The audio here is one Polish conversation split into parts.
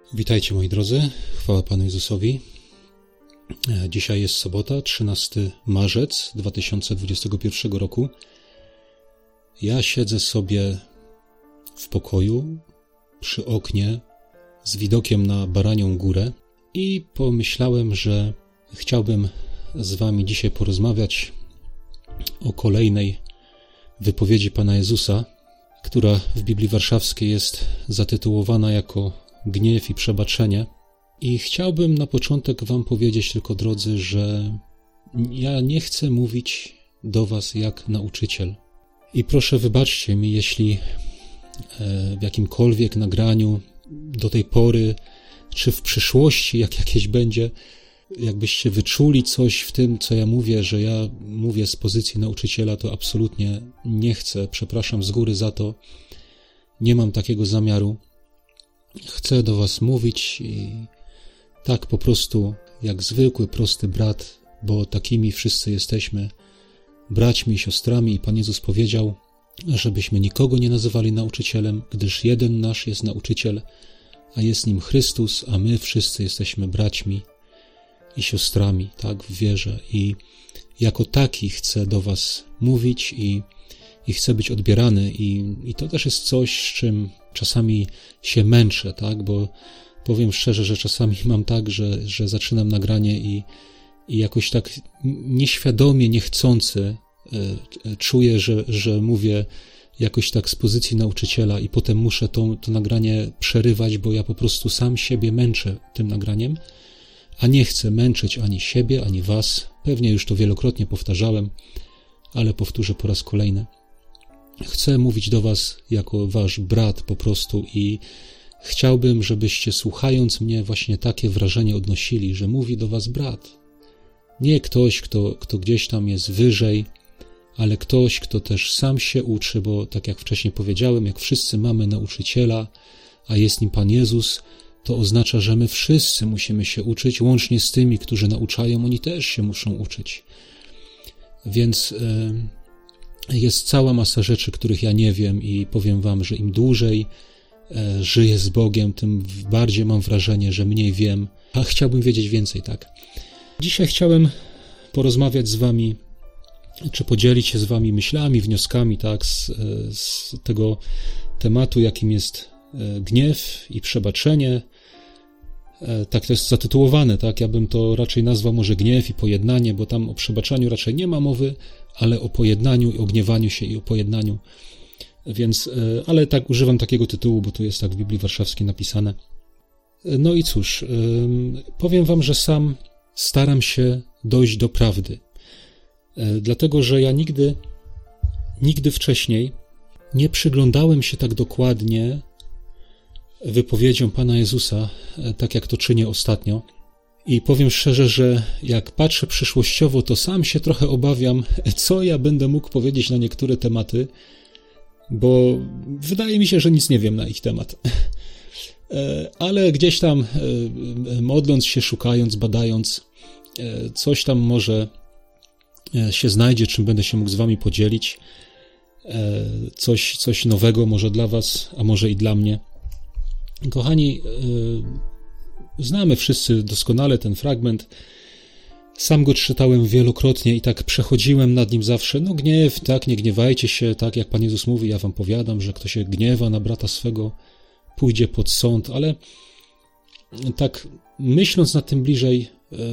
Witajcie moi drodzy, chwała Panu Jezusowi. Dzisiaj jest sobota, 13 marzec 2021 roku. Ja siedzę sobie w pokoju przy oknie z widokiem na Baranią Górę i pomyślałem, że chciałbym z Wami dzisiaj porozmawiać o kolejnej wypowiedzi Pana Jezusa, która w Biblii Warszawskiej jest zatytułowana jako Gniew i przebaczenie. I chciałbym na początek Wam powiedzieć tylko, drodzy, że ja nie chcę mówić do Was jak nauczyciel. I proszę wybaczcie mi, jeśli w jakimkolwiek nagraniu do tej pory, czy w przyszłości, jak jakieś będzie, jakbyście wyczuli coś w tym, co ja mówię, że ja mówię z pozycji nauczyciela, to absolutnie nie chcę. Przepraszam z góry za to. Nie mam takiego zamiaru. Chcę do Was mówić i tak po prostu jak zwykły, prosty brat, bo takimi wszyscy jesteśmy braćmi i siostrami i Pan Jezus powiedział, żebyśmy nikogo nie nazywali nauczycielem, gdyż jeden nasz jest nauczyciel, a jest nim Chrystus, a my wszyscy jesteśmy braćmi i siostrami, tak, w wierze. I jako taki chcę do Was mówić i chcę być odbierany i to też jest coś, z czym czasami się męczę, tak, bo powiem szczerze, że czasami mam tak, że zaczynam nagranie i jakoś tak nieświadomie, niechcący czuję, że mówię jakoś tak z pozycji nauczyciela i potem muszę to nagranie przerywać, bo ja po prostu sam siebie męczę tym nagraniem, a nie chcę męczyć ani siebie, ani Was. Pewnie już to wielokrotnie powtarzałem, ale powtórzę po raz kolejny. Chcę mówić do Was jako Wasz brat po prostu i chciałbym, żebyście słuchając mnie właśnie takie wrażenie odnosili, że mówi do Was brat. Nie ktoś, kto gdzieś tam jest wyżej, ale ktoś, kto też sam się uczy, bo tak jak wcześniej powiedziałem, jak wszyscy mamy nauczyciela, a jest nim Pan Jezus, to oznacza, że my wszyscy musimy się uczyć, łącznie z tymi, którzy nauczają, oni też się muszą uczyć. Więc jest cała masa rzeczy, których ja nie wiem i powiem Wam, że im dłużej żyję z Bogiem, tym bardziej mam wrażenie, że mniej wiem, a chciałbym wiedzieć więcej, tak. Dzisiaj chciałem porozmawiać z Wami, czy podzielić się z Wami myślami, wnioskami, tak, z tego tematu, jakim jest gniew i przebaczenie. Tak to jest zatytułowane, tak, ja bym to raczej nazwał może gniew i pojednanie, bo tam o przebaczaniu raczej nie ma mowy, ale o pojednaniu i o gniewaniu się i o pojednaniu. Więc, ale tak używam takiego tytułu, bo tu jest tak w Biblii Warszawskiej napisane. No i cóż, powiem Wam, że sam staram się dojść do prawdy. Dlatego, że ja nigdy wcześniej nie przyglądałem się tak dokładnie wypowiedziom Pana Jezusa, tak jak to czynię ostatnio. I powiem szczerze, że jak patrzę przyszłościowo, to sam się trochę obawiam, co ja będę mógł powiedzieć na niektóre tematy, bo wydaje mi się, że nic nie wiem na ich temat. Ale gdzieś tam modląc się, szukając, badając, coś tam może się znajdzie, czym będę się mógł z Wami podzielić. Coś nowego może dla Was, a może i dla mnie. Kochani, znamy wszyscy doskonale ten fragment. Sam go czytałem wielokrotnie i tak przechodziłem nad nim zawsze. No gniew, tak, nie gniewajcie się, tak jak Pan Jezus mówi, ja wam powiadam, że kto się gniewa na brata swego, pójdzie pod sąd, ale tak myśląc nad tym bliżej,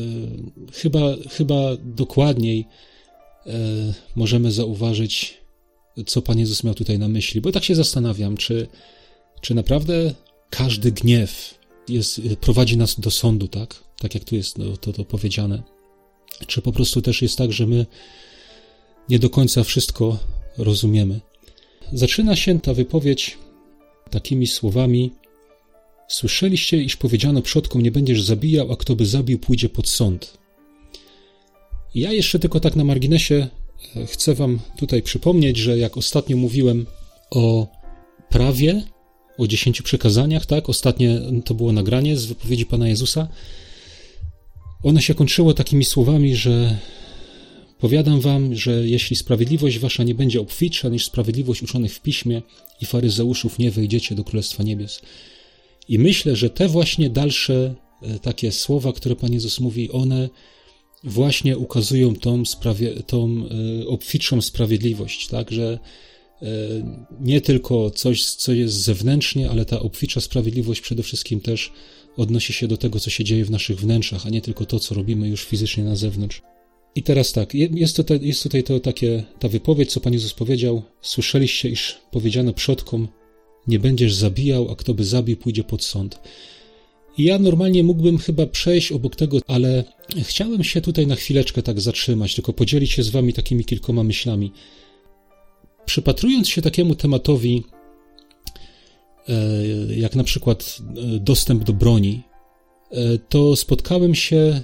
chyba dokładniej możemy zauważyć, co Pan Jezus miał tutaj na myśli, bo tak się zastanawiam, czy naprawdę każdy gniew prowadzi nas do sądu, tak? Tak jak tu jest to powiedziane. Czy po prostu też jest tak, że my nie do końca wszystko rozumiemy. Zaczyna się ta wypowiedź takimi słowami: słyszeliście, iż powiedziano przodkom, nie będziesz zabijał, a kto by zabił, pójdzie pod sąd. Ja jeszcze tylko tak na marginesie chcę Wam tutaj przypomnieć, że jak ostatnio mówiłem o prawie, o 10 przykazaniach, tak? Ostatnie to było nagranie z wypowiedzi Pana Jezusa. Ono się kończyło takimi słowami, że powiadam wam, że jeśli sprawiedliwość wasza nie będzie obfitsza niż sprawiedliwość uczonych w piśmie i faryzeuszów, nie wejdziecie do Królestwa Niebios. I myślę, że te właśnie dalsze takie słowa, które Pan Jezus mówi, one właśnie ukazują tą obfitszą sprawiedliwość, tak, że nie tylko coś, co jest zewnętrznie, ale ta obficza sprawiedliwość przede wszystkim też odnosi się do tego, co się dzieje w naszych wnętrzach, a nie tylko to, co robimy już fizycznie na zewnątrz. I teraz tak, jest tutaj ta wypowiedź, co Pan Jezus powiedział: słyszeliście, iż powiedziano przodkom, nie będziesz zabijał, a kto by zabił, pójdzie pod sąd. I ja normalnie mógłbym chyba przejść obok tego, ale chciałem się tutaj na chwileczkę tak zatrzymać, tylko podzielić się z wami takimi kilkoma myślami. Przypatrując się takiemu tematowi, jak na przykład dostęp do broni, to spotkałem się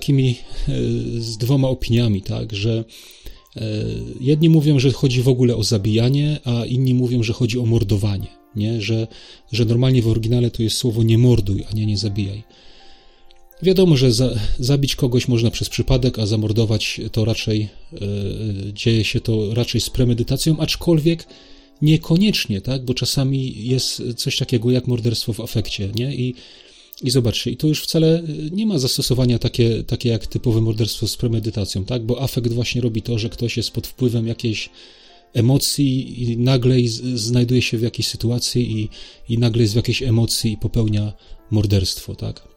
z dwoma opiniami, tak, że jedni mówią, że chodzi w ogóle o zabijanie, a inni mówią, że chodzi o mordowanie, nie? Że normalnie w oryginale to jest słowo nie morduj, a nie zabijaj. Wiadomo, że zabić kogoś można przez przypadek, a zamordować to raczej dzieje się to raczej z premedytacją, aczkolwiek niekoniecznie, tak? Bo czasami jest coś takiego jak morderstwo w afekcie, nie? I zobaczcie, i to już wcale nie ma zastosowania takie jak typowe morderstwo z premedytacją, tak? Bo afekt właśnie robi to, że ktoś jest pod wpływem jakiejś emocji i nagle znajduje się w jakiejś sytuacji i nagle jest w jakiejś emocji i popełnia morderstwo, tak?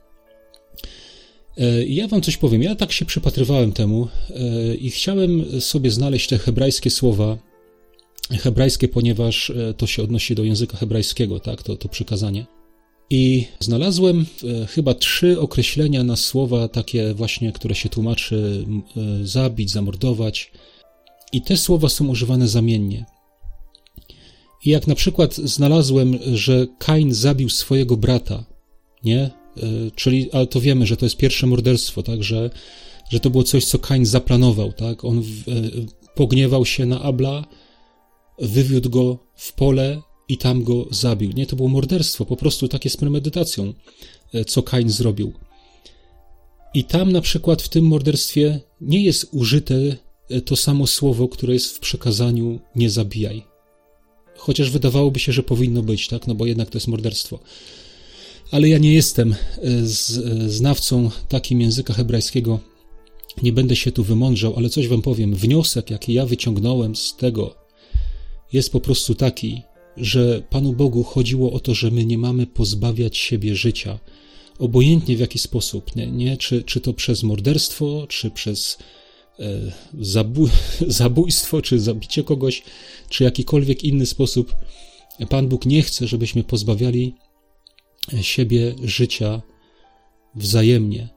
Ja wam coś powiem, ja tak się przypatrywałem temu i chciałem sobie znaleźć te hebrajskie słowa, hebrajskie, ponieważ to się odnosi do języka hebrajskiego, tak, to przykazanie. I znalazłem chyba 3 określenia na słowa takie właśnie, które się tłumaczy zabić, zamordować. I te słowa są używane zamiennie. I jak na przykład znalazłem, że Kain zabił swojego brata, nie? Czyli, ale to wiemy, że to jest pierwsze morderstwo, tak? Że to było coś, co Kain zaplanował, tak? On pogniewał się na Abla, wywiódł go w pole i tam go zabił. Nie, to było morderstwo, po prostu takie z premedytacją, co Kain zrobił. I tam na przykład w tym morderstwie nie jest użyte to samo słowo, które jest w przykazaniu nie zabijaj. Chociaż wydawałoby się, że powinno być, tak? No bo jednak to jest morderstwo. Ale ja nie jestem znawcą takim języka hebrajskiego, nie będę się tu wymądrzał, ale coś wam powiem. Wniosek, jaki ja wyciągnąłem z tego, jest po prostu taki, że Panu Bogu chodziło o to, że my nie mamy pozbawiać siebie życia, obojętnie w jaki sposób, nie? Czy to przez morderstwo, czy przez zabójstwo, czy zabicie kogoś, czy jakikolwiek inny sposób. Pan Bóg nie chce, żebyśmy pozbawiali siebie życia wzajemnie.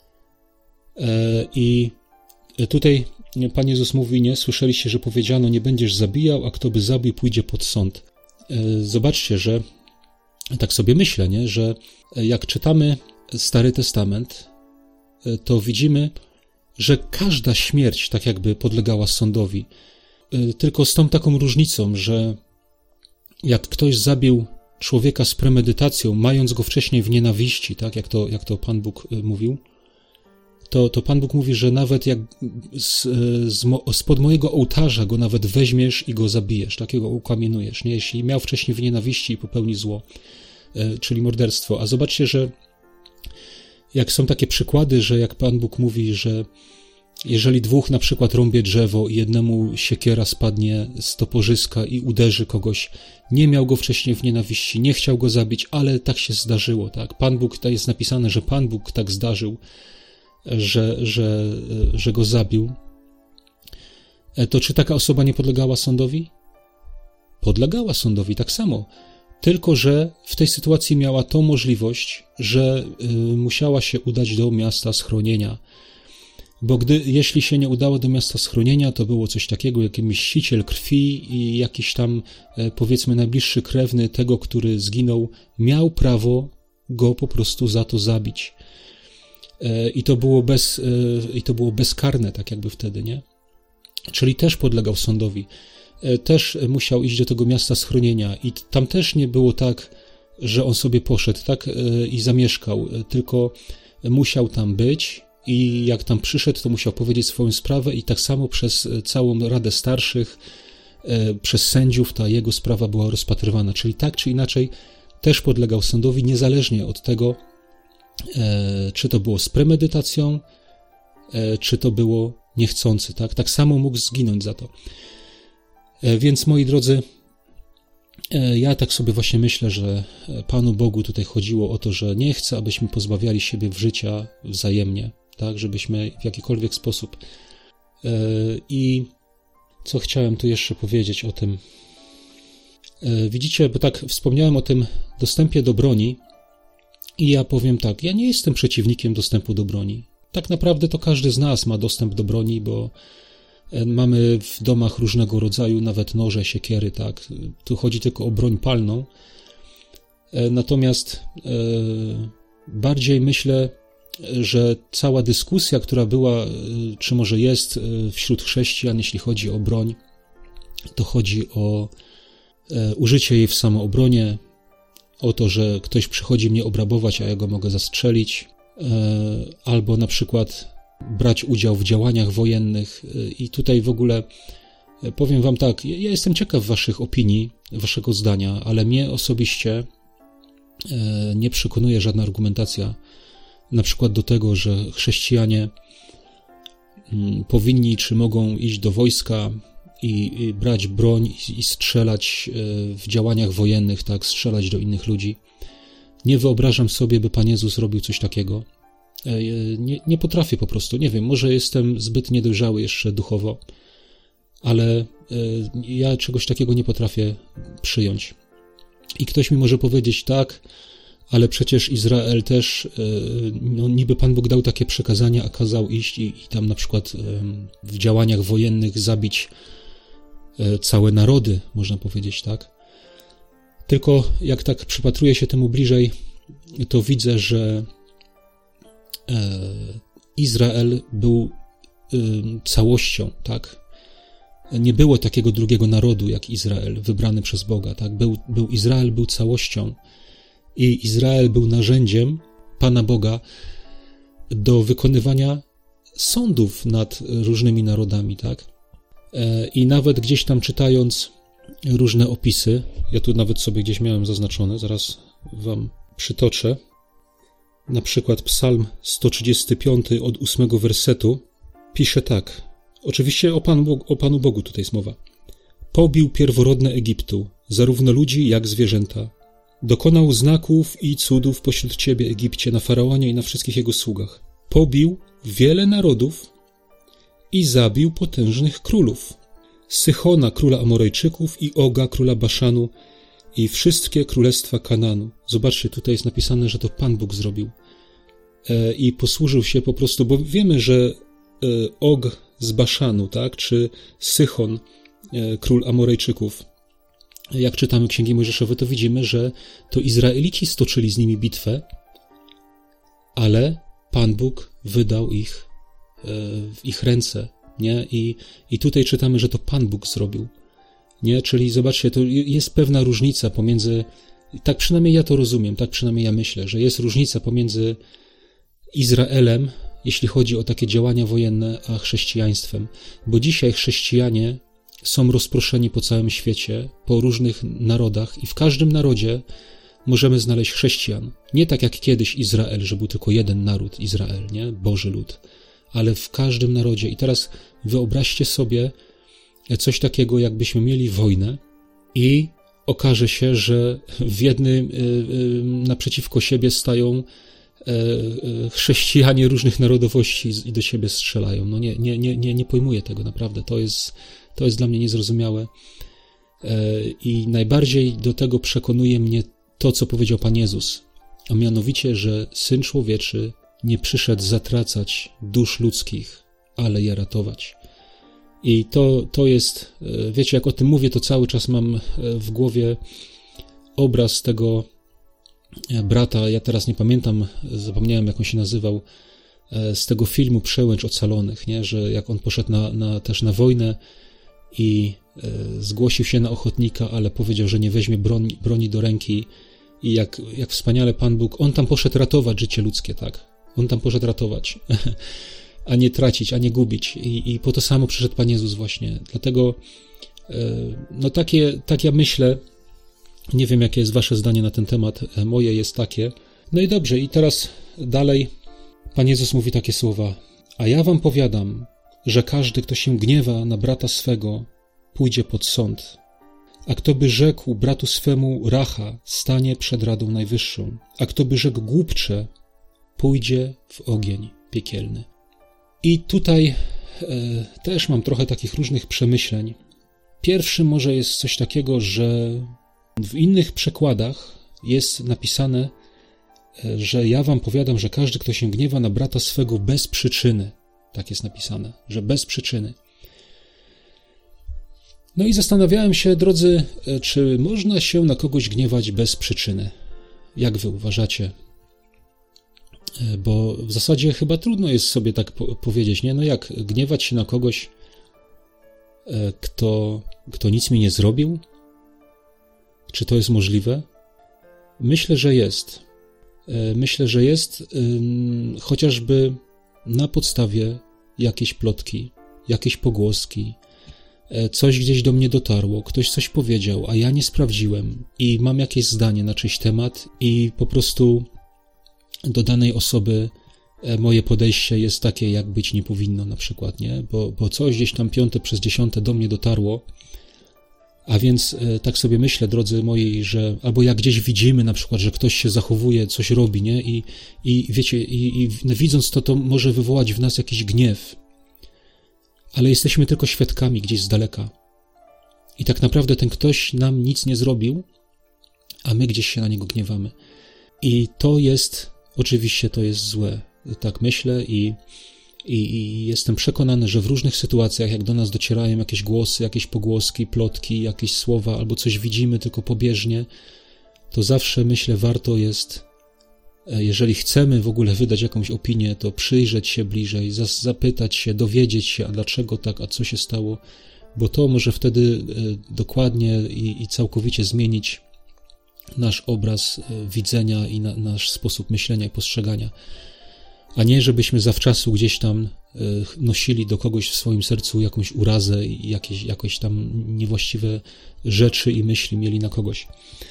I tutaj Pan Jezus mówi, nie, słyszeliście, że powiedziano, nie będziesz zabijał, a kto by zabił, pójdzie pod sąd. Zobaczcie, że tak sobie myślę, nie, że jak czytamy Stary Testament, to widzimy, że każda śmierć tak jakby podlegała sądowi. Tylko z tą taką różnicą, że jak ktoś zabił człowieka z premedytacją, mając go wcześniej w nienawiści, tak jak to Pan Bóg mówił, to Pan Bóg mówi, że nawet jak spod mojego ołtarza go nawet weźmiesz i go zabijesz, takiego ukamienujesz, nie? Jeśli miał wcześniej w nienawiści i popełni zło, czyli morderstwo. A zobaczcie, że jak są takie przykłady, że jak Pan Bóg mówi, że jeżeli 2 na przykład rąbie drzewo i jednemu siekiera spadnie z toporzyska i uderzy kogoś, nie miał go wcześniej w nienawiści, nie chciał go zabić, ale tak się zdarzyło, tak? Pan Bóg, to jest napisane, że Pan Bóg tak zdarzył, że go zabił. To czy taka osoba nie podlegała sądowi? Podlegała sądowi tak samo. Tylko że w tej sytuacji miała tą możliwość, że musiała się udać do miasta schronienia. Bo jeśli się nie udało do miasta schronienia, to było coś takiego jak mściciel krwi i jakiś tam, powiedzmy, najbliższy krewny tego, który zginął, miał prawo go po prostu za to zabić. I to było bezkarne, tak jakby wtedy, nie? Czyli też podlegał sądowi. Też musiał iść do tego miasta schronienia i tam też nie było tak, że on sobie poszedł, tak, i zamieszkał, tylko musiał tam być i jak tam przyszedł, to musiał powiedzieć swoją sprawę i tak samo przez całą Radę Starszych, przez sędziów ta jego sprawa była rozpatrywana, czyli tak czy inaczej też podlegał sądowi, niezależnie od tego, czy to było z premedytacją, czy to było niechcący, tak? Tak samo mógł zginąć za to. Więc, moi drodzy, ja tak sobie właśnie myślę, że Panu Bogu tutaj chodziło o to, że nie chce, abyśmy pozbawiali siebie życia wzajemnie, tak? Żebyśmy w jakikolwiek sposób. I co chciałem tu jeszcze powiedzieć o tym? Widzicie, bo tak wspomniałem o tym dostępie do broni i ja powiem tak, ja nie jestem przeciwnikiem dostępu do broni. Tak naprawdę to każdy z nas ma dostęp do broni, bo mamy w domach różnego rodzaju, nawet noże, siekiery, tak. Tu chodzi tylko o broń palną. Natomiast bardziej myślę, że cała dyskusja, która była, czy może jest wśród chrześcijan, jeśli chodzi o broń, to chodzi o użycie jej w samoobronie, o to, że ktoś przychodzi mnie obrabować, a ja go mogę zastrzelić, albo na przykład brać udział w działaniach wojennych. I tutaj w ogóle powiem wam tak, ja jestem ciekaw waszych opinii, waszego zdania, ale mnie osobiście nie przekonuje żadna argumentacja, na przykład do tego, że chrześcijanie powinni czy mogą iść do wojska i brać broń i strzelać w działaniach wojennych, tak, strzelać do innych ludzi. Nie wyobrażam sobie, by Pan Jezus robił coś takiego. Nie potrafię po prostu, nie wiem, może jestem zbyt niedojrzały jeszcze duchowo, ale ja czegoś takiego nie potrafię przyjąć. I ktoś mi może powiedzieć, tak, ale przecież Izrael też, no niby Pan Bóg dał takie przekazania, a kazał iść i tam na przykład w działaniach wojennych zabić całe narody, można powiedzieć, tak? Tylko jak tak przypatruję się temu bliżej, to widzę, że Izrael był całością, tak? Nie było takiego drugiego narodu jak Izrael, wybrany przez Boga, tak? Izrael był całością i Izrael był narzędziem Pana Boga do wykonywania sądów nad różnymi narodami, tak? I nawet gdzieś tam czytając różne opisy, ja tu nawet sobie gdzieś miałem zaznaczone, zaraz wam przytoczę, na przykład Psalm 135 od 8 wersetu pisze tak, oczywiście o Panu Bogu tutaj jest mowa. Pobił pierworodne Egiptu, zarówno ludzi jak zwierzęta. Dokonał znaków i cudów pośród ciebie, Egipcie, na Faraonie i na wszystkich jego sługach. Pobił wiele narodów i zabił potężnych królów. Sychona, króla Amorejczyków i Oga, króla Baszanu i wszystkie królestwa Kananu. Zobaczcie, tutaj jest napisane, że to Pan Bóg zrobił. I posłużył się po prostu, bo wiemy, że Og z Baszanu, tak, czy Sychon, król Amorejczyków, jak czytamy Księgi Mojżeszowe, to widzimy, że to Izraelici stoczyli z nimi bitwę, ale Pan Bóg wydał ich w ich ręce, nie? I tutaj czytamy, że to Pan Bóg zrobił, nie? Czyli zobaczcie, to jest pewna różnica pomiędzy, tak przynajmniej ja to rozumiem, tak przynajmniej ja myślę, że jest różnica pomiędzy Izraelem, jeśli chodzi o takie działania wojenne, a chrześcijaństwem, bo dzisiaj chrześcijanie są rozproszeni po całym świecie, po różnych narodach i w każdym narodzie możemy znaleźć chrześcijan. Nie tak jak kiedyś Izrael, że był tylko jeden naród, Izrael, nie? Boży lud, ale w każdym narodzie. I teraz wyobraźcie sobie coś takiego, jakbyśmy mieli wojnę i okaże się, że w jednym naprzeciwko siebie stają chrześcijanie różnych narodowości i do siebie strzelają. No nie pojmuję tego naprawdę. To jest dla mnie niezrozumiałe. I najbardziej do tego przekonuje mnie to, co powiedział Pan Jezus, a mianowicie, że Syn Człowieczy nie przyszedł zatracać dusz ludzkich, ale je ratować. I to jest, wiecie, jak o tym mówię, to cały czas mam w głowie obraz tego brata, ja teraz nie pamiętam, zapomniałem, jak on się nazywał, z tego filmu Przełęcz Ocalonych, nie? Że jak on poszedł też na wojnę i zgłosił się na ochotnika, ale powiedział, że nie weźmie broni do ręki i jak wspaniale Pan Bóg, on tam poszedł ratować życie ludzkie, tak? On tam poszedł ratować, a nie tracić, a nie gubić. I po to samo przyszedł Pan Jezus właśnie. Dlatego, no tak ja myślę, Nie wiem, jakie jest wasze zdanie na ten temat. Moje jest takie. No i dobrze, i teraz dalej Pan Jezus mówi takie słowa. A ja wam powiadam, że każdy, kto się gniewa na brata swego, pójdzie pod sąd. A kto by rzekł bratu swemu racha, stanie przed Radą Najwyższą. A kto by rzekł głupcze, pójdzie w ogień piekielny. I tutaj też mam trochę takich różnych przemyśleń. Pierwszym może jest coś takiego, że w innych przekładach jest napisane, że ja wam powiadam, że każdy, kto się gniewa na brata swego bez przyczyny. Tak jest napisane, że bez przyczyny. No i zastanawiałem się, drodzy, czy można się na kogoś gniewać bez przyczyny? Jak wy uważacie? Bo w zasadzie chyba trudno jest sobie tak powiedzieć, nie? No jak gniewać się na kogoś, kto nic mi nie zrobił? Czy to jest możliwe? Myślę, że jest. Myślę, że jest chociażby na podstawie jakiejś plotki, jakiejś pogłoski, coś gdzieś do mnie dotarło, ktoś coś powiedział, a ja nie sprawdziłem i mam jakieś zdanie na czyjś temat i po prostu do danej osoby moje podejście jest takie, jak być nie powinno na przykład, nie? Bo coś gdzieś tam 5 przez 10 do mnie dotarło, a więc tak sobie myślę, drodzy moi, że albo jak gdzieś widzimy na przykład, że ktoś się zachowuje, coś robi, nie? I wiecie, widząc to może wywołać w nas jakiś gniew, ale jesteśmy tylko świadkami gdzieś z daleka. I tak naprawdę ten ktoś nam nic nie zrobił, a my gdzieś się na niego gniewamy. I to jest, oczywiście to jest złe. Tak myślę i jestem przekonany, że w różnych sytuacjach, jak do nas docierają jakieś głosy, jakieś pogłoski, plotki, jakieś słowa, albo coś widzimy tylko pobieżnie, to zawsze myślę, warto jest, jeżeli chcemy w ogóle wydać jakąś opinię, to przyjrzeć się bliżej, zapytać się, dowiedzieć się, a dlaczego tak, a co się stało, bo to może wtedy dokładnie i całkowicie zmienić nasz obraz widzenia i nasz sposób myślenia i postrzegania. A nie, żebyśmy zawczasu gdzieś tam nosili do kogoś w swoim sercu jakąś urazę i jakieś tam niewłaściwe rzeczy i myśli mieli na kogoś.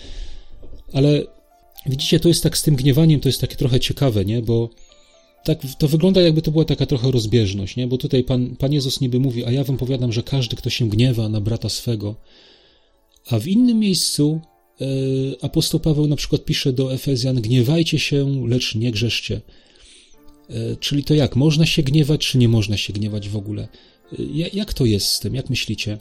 Ale widzicie, to jest tak z tym gniewaniem, to jest takie trochę ciekawe, nie? Bo tak to wygląda, jakby to była taka trochę rozbieżność, nie? Bo tutaj Pan Jezus niby mówi, a ja wam powiadam, że każdy, kto się gniewa na brata swego, a w innym miejscu apostoł Paweł na przykład pisze do Efezjan, gniewajcie się, lecz nie grzeszcie. Czyli to jak? Można się gniewać, czy nie można się gniewać w ogóle? Jak to jest z tym? Jak myślicie?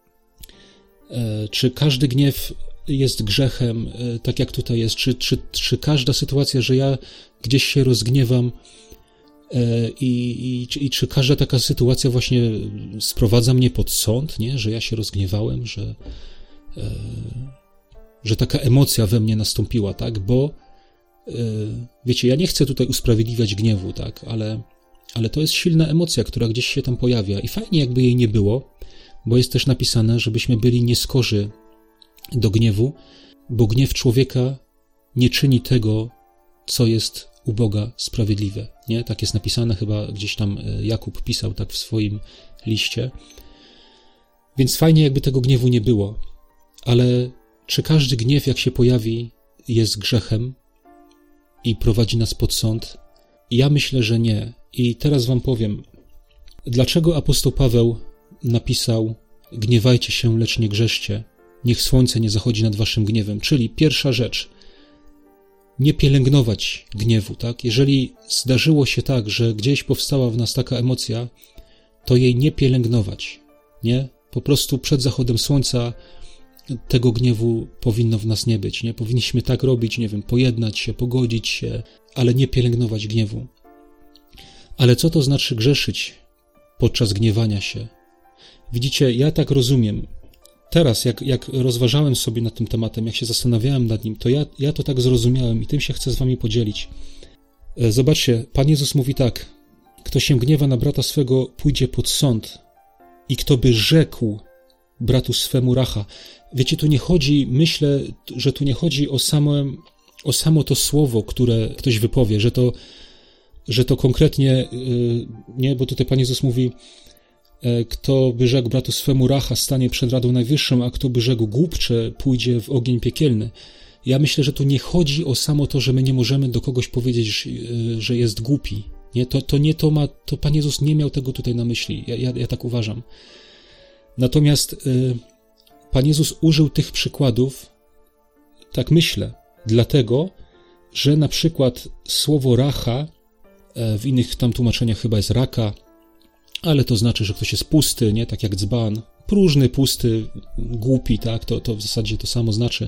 Czy każdy gniew jest grzechem, tak jak tutaj jest? Czy każda sytuacja, że ja gdzieś się rozgniewam i czy każda taka sytuacja właśnie sprowadza mnie pod sąd, nie? Że ja się rozgniewałem, że taka emocja we mnie nastąpiła, tak? Bo wiecie, ja nie chcę tutaj usprawiedliwiać gniewu, tak? Ale to jest silna emocja, która gdzieś się tam pojawia i fajnie jakby jej nie było, bo jest też napisane, żebyśmy byli nieskorzy do gniewu, bo gniew człowieka nie czyni tego, co jest u Boga sprawiedliwe, nie? Tak jest napisane, chyba gdzieś tam Jakub pisał tak w swoim liście. Więc fajnie jakby tego gniewu nie było, ale czy każdy gniew, jak się pojawi, jest grzechem i prowadzi nas pod sąd? Ja myślę, że nie. I teraz wam powiem, dlaczego apostoł Paweł napisał gniewajcie się, lecz nie grzeszcie, niech słońce nie zachodzi nad waszym gniewem. Czyli pierwsza rzecz, nie pielęgnować gniewu, tak? Jeżeli zdarzyło się tak, że gdzieś powstała w nas taka emocja, to jej nie pielęgnować, nie? Po prostu przed zachodem słońca tego gniewu powinno w nas nie być, nie? Powinniśmy tak robić, nie wiem, pojednać się, pogodzić się, ale nie pielęgnować gniewu. Ale co to znaczy grzeszyć podczas gniewania się? Widzicie, ja tak rozumiem. Teraz, jak rozważałem sobie nad tym tematem, jak się zastanawiałem nad nim, to ja to tak zrozumiałem i tym się chcę z wami podzielić. Zobaczcie, Pan Jezus mówi tak, kto się gniewa na brata swego, pójdzie pod sąd i kto by rzekł bratu swemu racha. Wiecie, tu nie chodzi, myślę, że tu nie chodzi o samo to słowo, które ktoś wypowie, że to konkretnie, nie, bo tutaj Pan Jezus mówi, Kto by rzekł bratu swemu racha, stanie przed Radą Najwyższą, a kto by rzekł głupcze, pójdzie w ogień piekielny. Ja myślę, że tu nie chodzi o samo to, że my nie możemy do kogoś powiedzieć, że jest głupi. Nie, to Pan Jezus nie miał tego tutaj na myśli. Ja tak uważam. Natomiast Pan Jezus użył tych przykładów, tak myślę, dlatego, że na przykład słowo racha, w innych tam tłumaczeniach chyba jest raka, ale to znaczy, że ktoś jest pusty, nie? Tak jak dzban. Próżny, pusty, głupi, tak? To w zasadzie to samo znaczy.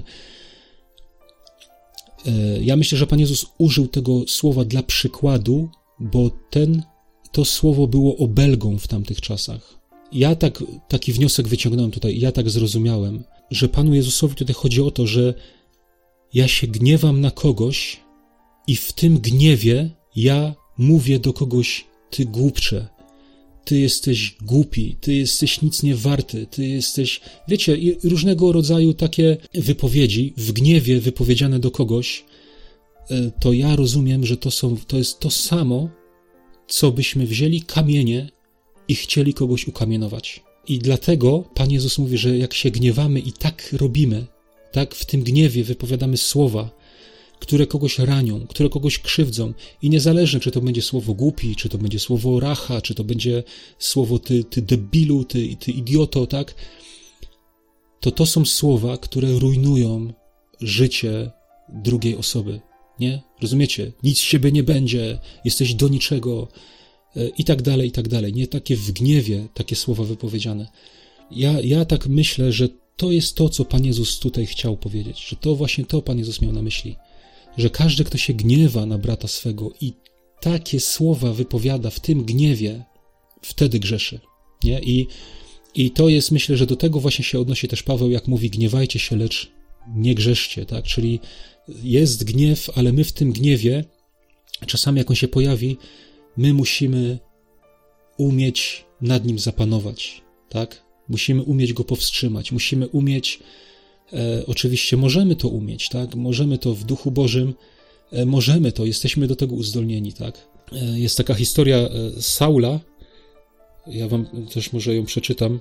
Ja myślę, że Pan Jezus użył tego słowa dla przykładu, bo to słowo było obelgą w tamtych czasach. Ja taki wniosek wyciągnąłem tutaj, ja tak zrozumiałem, że Panu Jezusowi tutaj chodzi o to, że ja się gniewam na kogoś i w tym gniewie ja mówię do kogoś: ty głupcze, ty jesteś głupi, ty jesteś nic nie warty, ty jesteś... Wiecie, różnego rodzaju takie wypowiedzi w gniewie wypowiedziane do kogoś, to ja rozumiem, że to jest to samo, co byśmy wzięli kamienie i chcieli kogoś ukamienować. I dlatego Pan Jezus mówi, że jak się gniewamy i tak robimy, tak w tym gniewie wypowiadamy słowa, które kogoś ranią, które kogoś krzywdzą i niezależnie, czy to będzie słowo głupi, czy to będzie słowo racha, czy to będzie słowo ty debilu, ty idioto, tak? To są słowa, które rujnują życie drugiej osoby, nie? Rozumiecie? Nic z siebie nie będzie, jesteś do niczego i tak dalej, i tak dalej. Nie takie w gniewie, takie słowa wypowiedziane. Ja tak myślę, że to jest to, co Pan Jezus tutaj chciał powiedzieć, że to właśnie to Pan Jezus miał na myśli, że każdy, kto się gniewa na brata swego i takie słowa wypowiada w tym gniewie, wtedy grzeszy, nie? I to jest, myślę, że do tego właśnie się odnosi też Paweł, jak mówi: gniewajcie się, lecz nie grzeszcie, tak? Czyli jest gniew, ale my w tym gniewie, czasami jak on się pojawi, my musimy umieć nad nim zapanować, tak? Musimy umieć go powstrzymać, musimy umieć, oczywiście możemy to umieć, tak? Możemy to w Duchu Bożym, jesteśmy do tego uzdolnieni, tak? Jest taka historia Saula, ja wam też może ją przeczytam.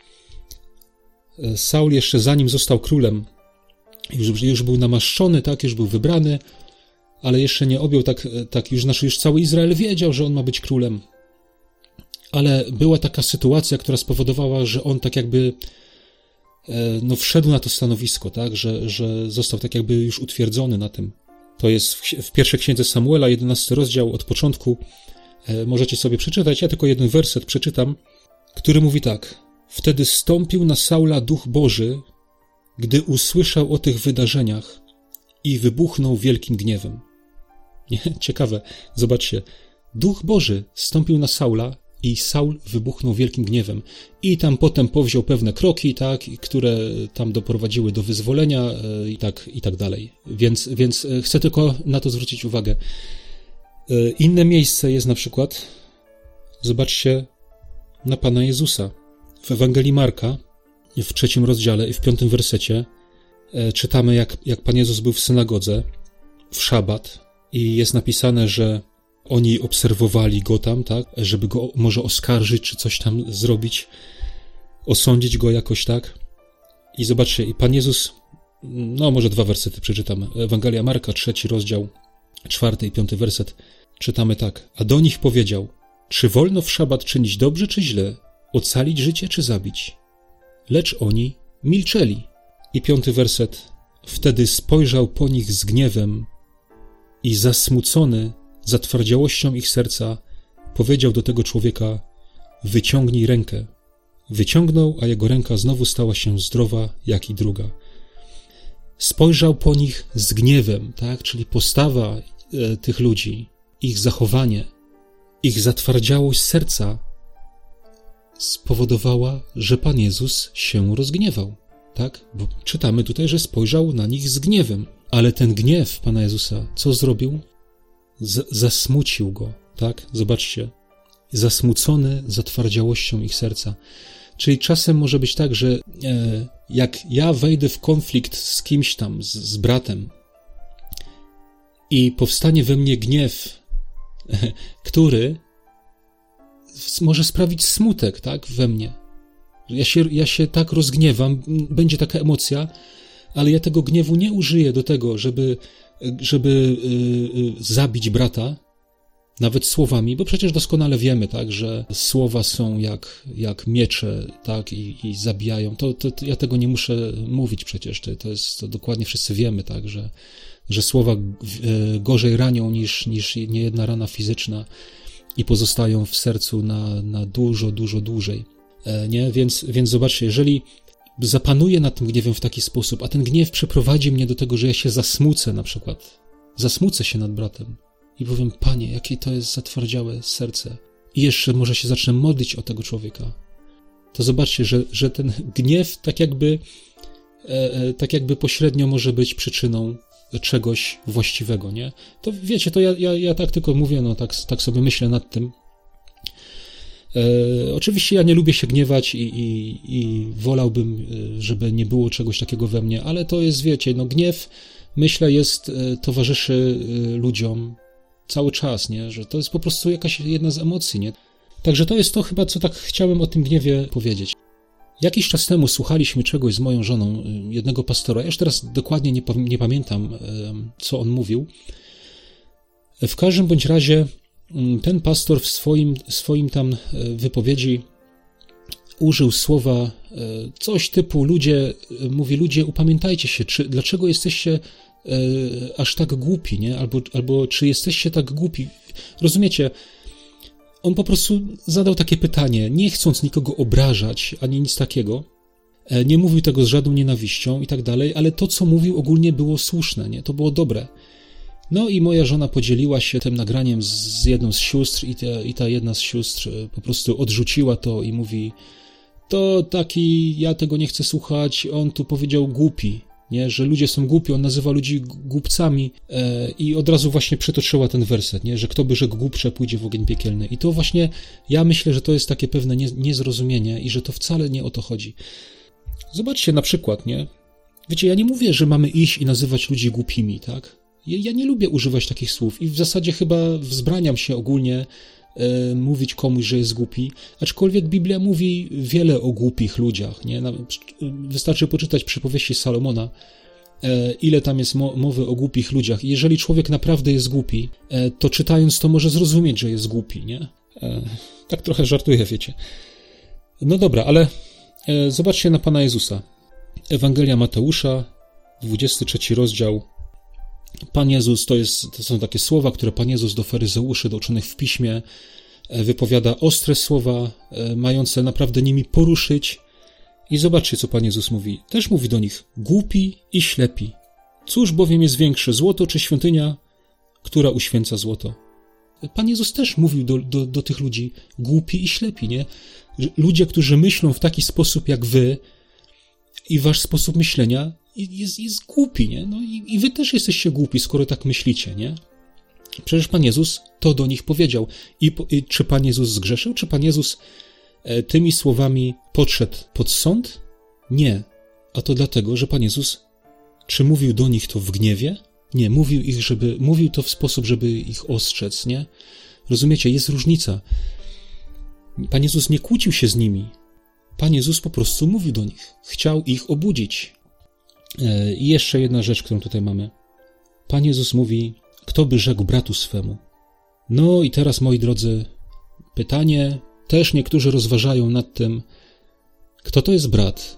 Saul jeszcze zanim został królem, już był namaszczony, tak? Już był wybrany, ale jeszcze nie objął już cały Izrael wiedział, że on ma być królem. Ale była taka sytuacja, która spowodowała, że on tak jakby wszedł na to stanowisko, tak, że został tak jakby już utwierdzony na tym. To jest w pierwszej księdze Samuela, 11 rozdział od początku. Możecie sobie przeczytać, ja tylko jeden werset przeczytam, który mówi tak: wtedy stąpił na Saula Duch Boży, gdy usłyszał o tych wydarzeniach i wybuchnął wielkim gniewem. Nie? Ciekawe, zobaczcie, Duch Boży stąpił na Saula i Saul wybuchnął wielkim gniewem. I tam potem powziął pewne kroki, tak, które tam doprowadziły do wyzwolenia i tak dalej. Więc chcę tylko na to zwrócić uwagę. Inne miejsce jest na przykład, zobaczcie, na Pana Jezusa. W Ewangelii Marka, w 3 rozdziale i w 5 wersecie czytamy, jak Pan Jezus był w synagodze w szabat i jest napisane, że oni obserwowali go tam, tak, żeby go może oskarżyć, czy coś tam zrobić, osądzić go jakoś, tak. I zobaczcie, i Pan Jezus, może 2 wersety przeczytam. Ewangelia Marka, 3 rozdział, 4 i 5 werset. Czytamy tak: a do nich powiedział: czy wolno w szabat czynić dobrze, czy źle? Ocalić życie, czy zabić? Lecz oni milczeli. I 5 werset. Wtedy spojrzał po nich z gniewem i zasmucony zatwardziałością ich serca powiedział do tego człowieka: wyciągnij rękę. Wyciągnął, a jego ręka znowu stała się zdrowa, jak i druga. Spojrzał po nich z gniewem, tak? Czyli postawa tych ludzi, ich zachowanie, ich zatwardziałość serca spowodowała, że Pan Jezus się rozgniewał, tak? Bo czytamy tutaj, że spojrzał na nich z gniewem, ale ten gniew Pana Jezusa co zrobił? Zasmucił go, tak? Zobaczcie, zasmucony zatwardziałością ich serca. Czyli czasem może być tak, że jak ja wejdę w konflikt z kimś tam, z bratem i powstanie we mnie gniew, który może sprawić smutek, tak, we mnie. Ja się tak rozgniewam, będzie taka emocja, ale ja tego gniewu nie użyję do tego, żeby zabić brata, nawet słowami, bo przecież doskonale wiemy, tak, że słowa są jak miecze, tak, i zabijają. To ja tego nie muszę mówić przecież, to dokładnie wszyscy wiemy, tak, że słowa gorzej ranią niż niejedna rana fizyczna i pozostają w sercu na dużo, dużo dłużej. Nie? Więc zobaczcie, jeżeli zapanuję nad tym gniewem w taki sposób, a ten gniew przyprowadzi mnie do tego, że ja się zasmucę na przykład, zasmucę się nad bratem i powiem, Panie, jakie to jest zatwardziałe serce, i jeszcze może się zacznę modlić o tego człowieka, to zobaczcie, że ten gniew tak jakby pośrednio może być przyczyną czegoś właściwego, nie? To wiecie, to ja tak tylko mówię, no tak sobie myślę nad tym. Oczywiście ja nie lubię się gniewać i wolałbym, żeby nie było czegoś takiego we mnie, ale to jest, wiecie, no gniew, myślę, towarzyszy ludziom cały czas, nie? Że to jest po prostu jakaś jedna z emocji, nie? Także to jest to chyba, co tak chciałem o tym gniewie powiedzieć. Jakiś czas temu słuchaliśmy czegoś z moją żoną, jednego pastora, ja już teraz dokładnie nie pamiętam, co on mówił. W każdym bądź razie ten pastor w swoim tam wypowiedzi użył słowa coś typu ludzie, upamiętajcie się, dlaczego jesteście aż tak głupi, nie? Albo czy jesteście tak głupi? Rozumiecie? On po prostu zadał takie pytanie, nie chcąc nikogo obrażać, ani nic takiego. Nie mówił tego z żadną nienawiścią i tak dalej, ale to, co mówił, ogólnie było słuszne, nie? To było dobre. No i moja żona podzieliła się tym nagraniem z jedną z sióstr i ta jedna z sióstr po prostu odrzuciła to i mówi, to taki, ja tego nie chcę słuchać, on tu powiedział głupi, nie? Że ludzie są głupi, on nazywa ludzi głupcami i od razu właśnie przytoczyła ten werset, nie? Że kto by rzekł głupcze, pójdzie w ogień piekielny. I to właśnie, ja myślę, że to jest takie pewne niezrozumienie i że to wcale nie o to chodzi. Zobaczcie na przykład, nie? Wiecie, ja nie mówię, że mamy iść i nazywać ludzi głupimi, tak? Ja nie lubię używać takich słów i w zasadzie chyba wzbraniam się ogólnie mówić komuś, że jest głupi, aczkolwiek Biblia mówi wiele o głupich ludziach, nie? Wystarczy poczytać przypowieści Salomona, ile tam jest mowy o głupich ludziach. I jeżeli człowiek naprawdę jest głupi, to czytając to może zrozumieć, że jest głupi, nie? Tak trochę żartuję, wiecie. No dobra, ale zobaczcie na Pana Jezusa. Ewangelia Mateusza, 23 rozdział. Pan Jezus, to są takie słowa, które Pan Jezus do faryzeuszy, do uczonych w piśmie, wypowiada ostre słowa, mające naprawdę nimi poruszyć. I zobaczcie, co Pan Jezus mówi. Też mówi do nich, głupi i ślepi. Cóż bowiem jest większe, złoto czy świątynia, która uświęca złoto? Pan Jezus też mówił do tych ludzi, głupi i ślepi, nie? Ludzie, którzy myślą w taki sposób jak wy i wasz sposób myślenia jest głupi, nie? No i wy też jesteście głupi, skoro tak myślicie, nie? Przecież Pan Jezus to do nich powiedział. I czy Pan Jezus zgrzeszył? Czy Pan Jezus tymi słowami podszedł pod sąd? Nie. A to dlatego, że Pan Jezus, czy mówił do nich to w gniewie? Nie, mówił to w sposób, żeby ich ostrzec, nie? Rozumiecie, jest różnica. Pan Jezus nie kłócił się z nimi. Pan Jezus po prostu mówił do nich. Chciał ich obudzić. I jeszcze jedna rzecz, którą tutaj mamy. Pan Jezus mówi, kto by rzekł bratu swemu? No i teraz, moi drodzy, pytanie, też niektórzy rozważają nad tym, kto to jest brat?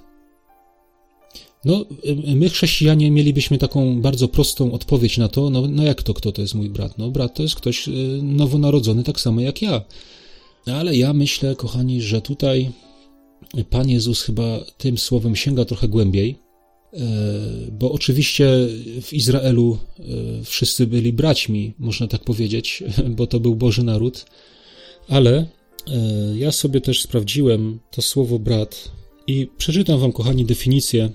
No, my chrześcijanie mielibyśmy taką bardzo prostą odpowiedź na to, no jak to, kto to jest mój brat? No brat to jest ktoś nowonarodzony tak samo jak ja. Ale ja myślę, kochani, że tutaj Pan Jezus chyba tym słowem sięga trochę głębiej, bo oczywiście w Izraelu wszyscy byli braćmi, można tak powiedzieć, bo to był Boży naród, ale ja sobie też sprawdziłem to słowo brat i przeczytam wam, kochani, definicję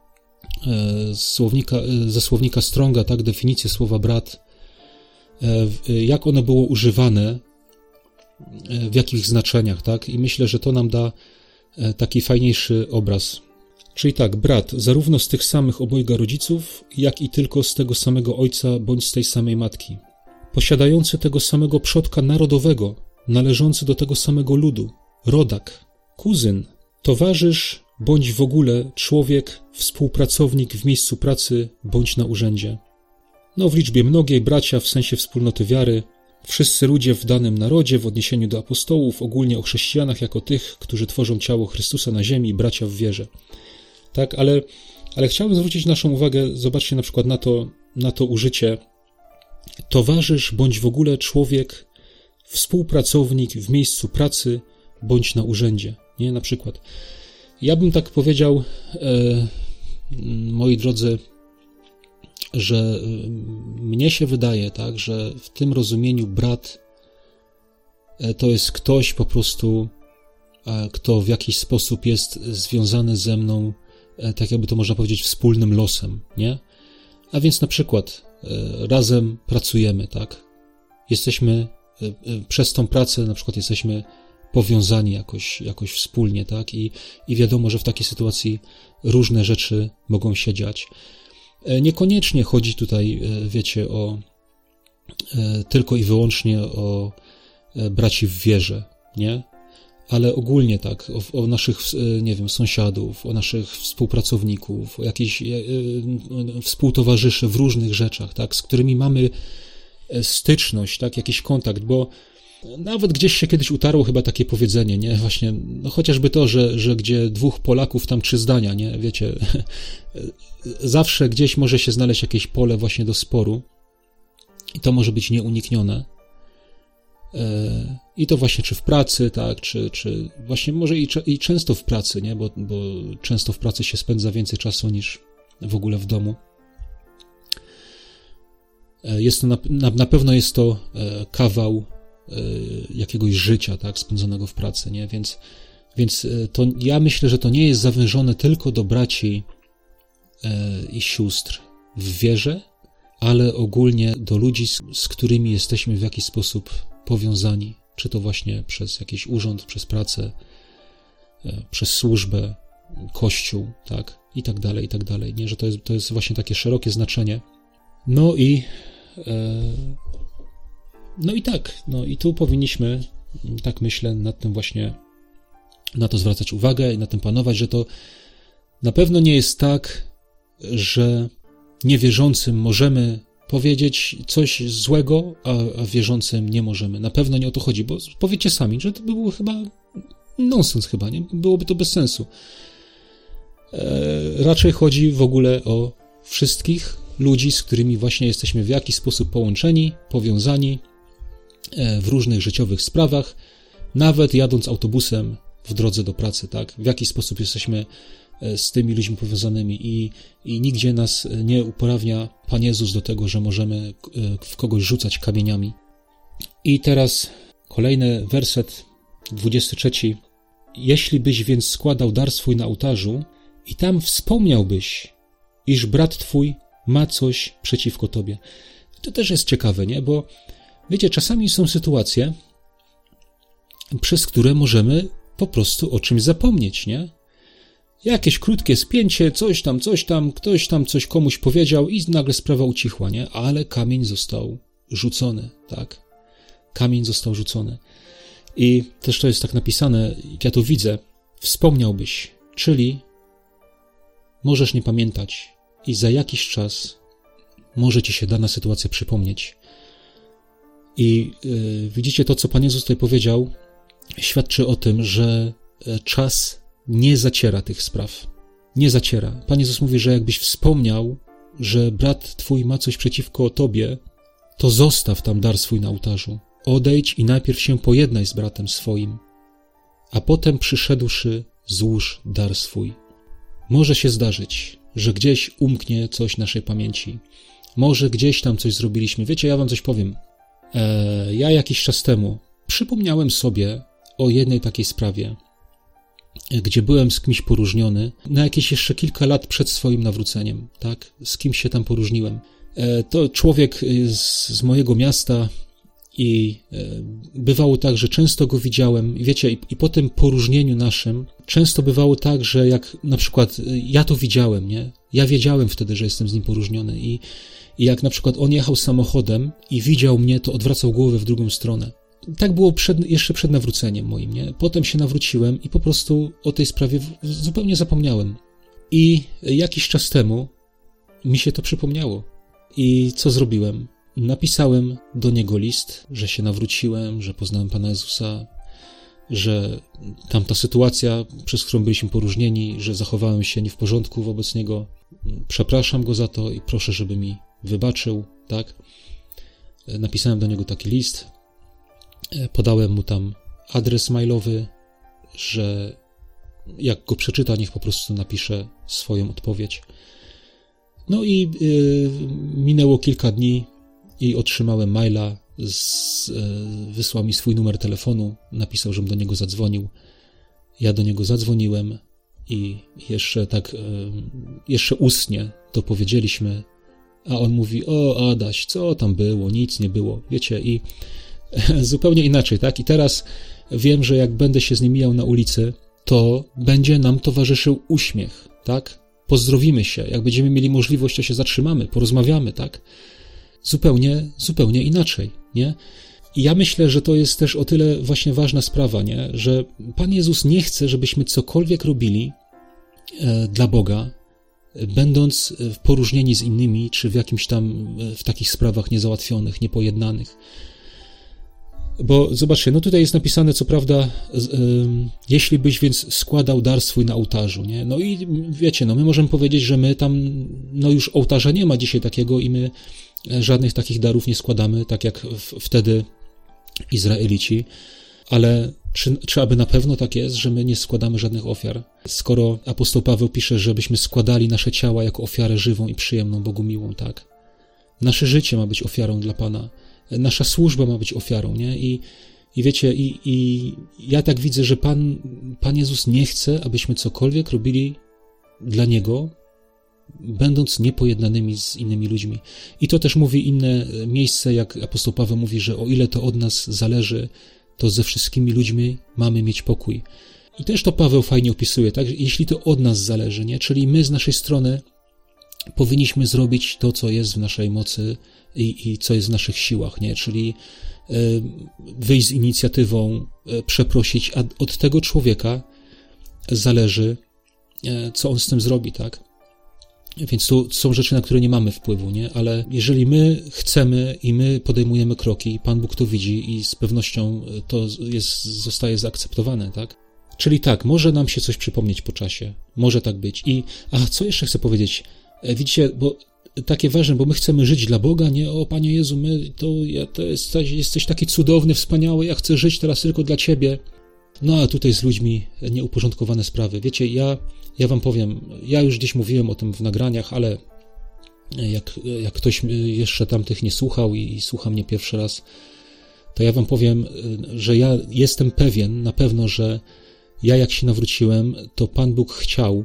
ze słownika Stronga, tak, definicję słowa brat, jak ono było używane, w jakich znaczeniach, tak, i myślę, że to nam da taki fajniejszy obraz. Czyli tak, brat, zarówno z tych samych obojga rodziców, jak i tylko z tego samego ojca, bądź z tej samej matki. Posiadający tego samego przodka narodowego, należący do tego samego ludu, rodak, kuzyn, towarzysz bądź w ogóle człowiek, współpracownik w miejscu pracy bądź na urzędzie. W liczbie mnogiej bracia w sensie wspólnoty wiary, wszyscy ludzie w danym narodzie w odniesieniu do apostołów, ogólnie o chrześcijanach jako tych, którzy tworzą ciało Chrystusa na ziemi, bracia w wierze. Tak, ale chciałbym zwrócić naszą uwagę, zobaczcie na przykład na to użycie towarzysz bądź w ogóle człowiek, współpracownik w miejscu pracy bądź na urzędzie. Nie, na przykład. Ja bym tak powiedział, moi drodzy, że mnie się wydaje, tak, że w tym rozumieniu brat to jest ktoś po prostu, kto w jakiś sposób jest związany ze mną, tak jakby to można powiedzieć, wspólnym losem, nie? A więc na przykład razem pracujemy, tak? Jesteśmy, przez tą pracę na przykład jesteśmy powiązani jakoś wspólnie, tak? I wiadomo, że w takiej sytuacji różne rzeczy mogą się dziać. Niekoniecznie chodzi tutaj, wiecie, tylko i wyłącznie o braci w wierze, nie? Ale ogólnie tak, o naszych, nie wiem, sąsiadów, o naszych współpracowników, o jakichś współtowarzyszy w różnych rzeczach, tak, z którymi mamy styczność, tak, jakiś kontakt, bo nawet gdzieś się kiedyś utarło chyba takie powiedzenie, nie, właśnie, chociażby to, że gdzie dwóch Polaków, tam 3 zdania, nie, wiecie, zawsze gdzieś może się znaleźć jakieś pole właśnie do sporu i to może być nieuniknione. I to właśnie czy w pracy, tak, czy właśnie może i często w pracy, nie, bo często w pracy się spędza więcej czasu niż w ogóle w domu. Jest to na pewno jest to kawał jakiegoś życia, tak, spędzonego w pracy, nie, więc to ja myślę, że to nie jest zawężone tylko do braci i sióstr w wierze, ale ogólnie do ludzi, z którymi jesteśmy w jakiś sposób powiązani, czy to właśnie przez jakiś urząd, przez pracę, przez służbę, kościół, tak, i tak dalej, nie, że to jest właśnie takie szerokie znaczenie. No i tu powinniśmy, tak myślę, nad tym właśnie, na to zwracać uwagę i na tym panować, że to na pewno nie jest tak, że niewierzącym możemy powiedzieć coś złego, a wierzącym nie możemy. Na pewno nie o to chodzi, bo powiecie sami, że to by było chyba nonsens chyba, nie? Byłoby to bez sensu. Raczej chodzi w ogóle o wszystkich ludzi, z którymi właśnie jesteśmy w jakiś sposób połączeni, powiązani w różnych życiowych sprawach, nawet jadąc autobusem w drodze do pracy, tak? W jaki sposób jesteśmy z tymi ludźmi powiązanymi i nigdzie nas nie uprawnia Pan Jezus do tego, że możemy w kogoś rzucać kamieniami. I teraz kolejny werset, 23. Jeśli byś więc składał dar swój na ołtarzu i tam wspomniałbyś, iż brat twój ma coś przeciwko tobie. To też jest ciekawe, nie? Bo wiecie, czasami są sytuacje, przez które możemy po prostu o czymś zapomnieć, nie? Jakieś krótkie spięcie, coś tam, ktoś tam coś komuś powiedział i nagle sprawa ucichła, nie? Ale kamień został rzucony, tak? Kamień został rzucony. I też to jest tak napisane, jak ja to widzę, wspomniałbyś, czyli możesz nie pamiętać i za jakiś czas może ci się dana sytuacja przypomnieć. I widzicie, to co Pan Jezus tutaj powiedział, świadczy o tym, że czas nie zaciera tych spraw. Nie zaciera. Pan Jezus mówi, że jakbyś wspomniał, że brat twój ma coś przeciwko tobie, to zostaw tam dar swój na ołtarzu. Odejdź i najpierw się pojednaj z bratem swoim, a potem przyszedłszy, złóż dar swój. Może się zdarzyć, że gdzieś umknie coś naszej pamięci. Może gdzieś tam coś zrobiliśmy. Wiecie, ja wam coś powiem. Ja jakiś czas temu przypomniałem sobie o jednej takiej sprawie, gdzie byłem z kimś poróżniony na jakieś jeszcze kilka lat przed swoim nawróceniem, tak? Z kimś się tam poróżniłem. To człowiek z mojego miasta i bywało tak, że często go widziałem i wiecie, i po tym poróżnieniu naszym często bywało tak, że jak na przykład ja to widziałem, nie? Ja wiedziałem wtedy, że jestem z nim poróżniony i jak na przykład on jechał samochodem i widział mnie, to odwracał głowę w drugą stronę. tak było jeszcze przed nawróceniem moim, nie? Potem się nawróciłem i po prostu o tej sprawie zupełnie zapomniałem. I jakiś czas temu mi się to przypomniało. I co zrobiłem? Napisałem do niego list, że się nawróciłem, że poznałem Pana Jezusa, że tamta sytuacja, przez którą byliśmy poróżnieni, że zachowałem się nie w porządku wobec niego. Przepraszam go za to i proszę, żeby mi wybaczył, tak? Napisałem do niego taki list, podałem mu tam adres mailowy, że jak go przeczyta, niech po prostu napisze swoją odpowiedź. No i minęło kilka dni i otrzymałem maila, wysłał mi swój numer telefonu, napisał, żebym do niego zadzwonił. Ja do niego zadzwoniłem i jeszcze ustnie to powiedzieliśmy, a on mówi: o Adaś, co tam było, nic nie było, wiecie, i zupełnie inaczej, tak? I teraz wiem, że jak będę się z nim mijał na ulicy, to będzie nam towarzyszył uśmiech, tak? Pozdrowimy się, jak będziemy mieli możliwość, to się zatrzymamy, porozmawiamy, tak? Zupełnie inaczej, nie? I ja myślę, że to jest też o tyle właśnie ważna sprawa, nie? Że Pan Jezus nie chce, żebyśmy cokolwiek robili dla Boga, będąc poróżnieni z innymi, czy w jakimś tam, w takich sprawach niezałatwionych, niepojednanych. Bo zobaczcie, no tutaj jest napisane, co prawda, jeśli byś więc składał dar swój na ołtarzu, nie? No i wiecie, no my możemy powiedzieć, że my tam, no już ołtarza nie ma dzisiaj takiego i my żadnych takich darów nie składamy, tak jak wtedy Izraelici, ale czy aby na pewno tak jest, że my nie składamy żadnych ofiar? Skoro apostoł Paweł pisze, żebyśmy składali nasze ciała jako ofiarę żywą i przyjemną, Bogu miłą, tak? Nasze życie ma być ofiarą dla Pana. Nasza służba ma być ofiarą, nie? I wiecie, i ja tak widzę, że Pan Jezus nie chce, abyśmy cokolwiek robili dla Niego, będąc niepojednanymi z innymi ludźmi. I to też mówi inne miejsce, jak apostoł Paweł mówi, że o ile to od nas zależy, to ze wszystkimi ludźmi mamy mieć pokój. I też to Paweł fajnie opisuje, tak? Jeśli to od nas zależy, nie? Czyli my z naszej strony powinniśmy zrobić to, co jest w naszej mocy i co jest w naszych siłach, nie? Czyli wyjść z inicjatywą, przeprosić, a od tego człowieka zależy, co on z tym zrobi, tak? Więc to są rzeczy, na które nie mamy wpływu, nie? Ale jeżeli my chcemy i my podejmujemy kroki, Pan Bóg to widzi i z pewnością to zostaje zaakceptowane, tak? Czyli tak, może nam się coś przypomnieć po czasie, może tak być. Co jeszcze chcę powiedzieć? Widzicie, bo takie ważne, bo my chcemy żyć dla Boga, nie? O Panie Jezu, jesteś taki cudowny, wspaniały, ja chcę żyć teraz tylko dla Ciebie. No a tutaj z ludźmi nieuporządkowane sprawy. Wiecie, ja wam powiem, ja już gdzieś mówiłem o tym w nagraniach, ale jak ktoś jeszcze tamtych nie słuchał i słucha mnie pierwszy raz, to ja wam powiem, że ja jestem pewien na pewno, że ja jak się nawróciłem, to Pan Bóg chciał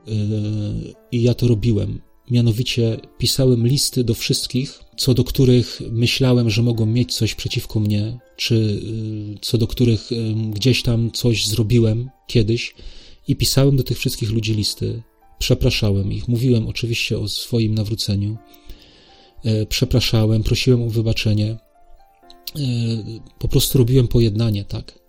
i ja to robiłem. Mianowicie pisałem listy do wszystkich, co do których myślałem, że mogą mieć coś przeciwko mnie, czy co do których gdzieś tam coś zrobiłem kiedyś i pisałem do tych wszystkich ludzi listy. Przepraszałem ich, mówiłem oczywiście o swoim nawróceniu. Przepraszałem, prosiłem o wybaczenie. Po prostu robiłem pojednanie, tak.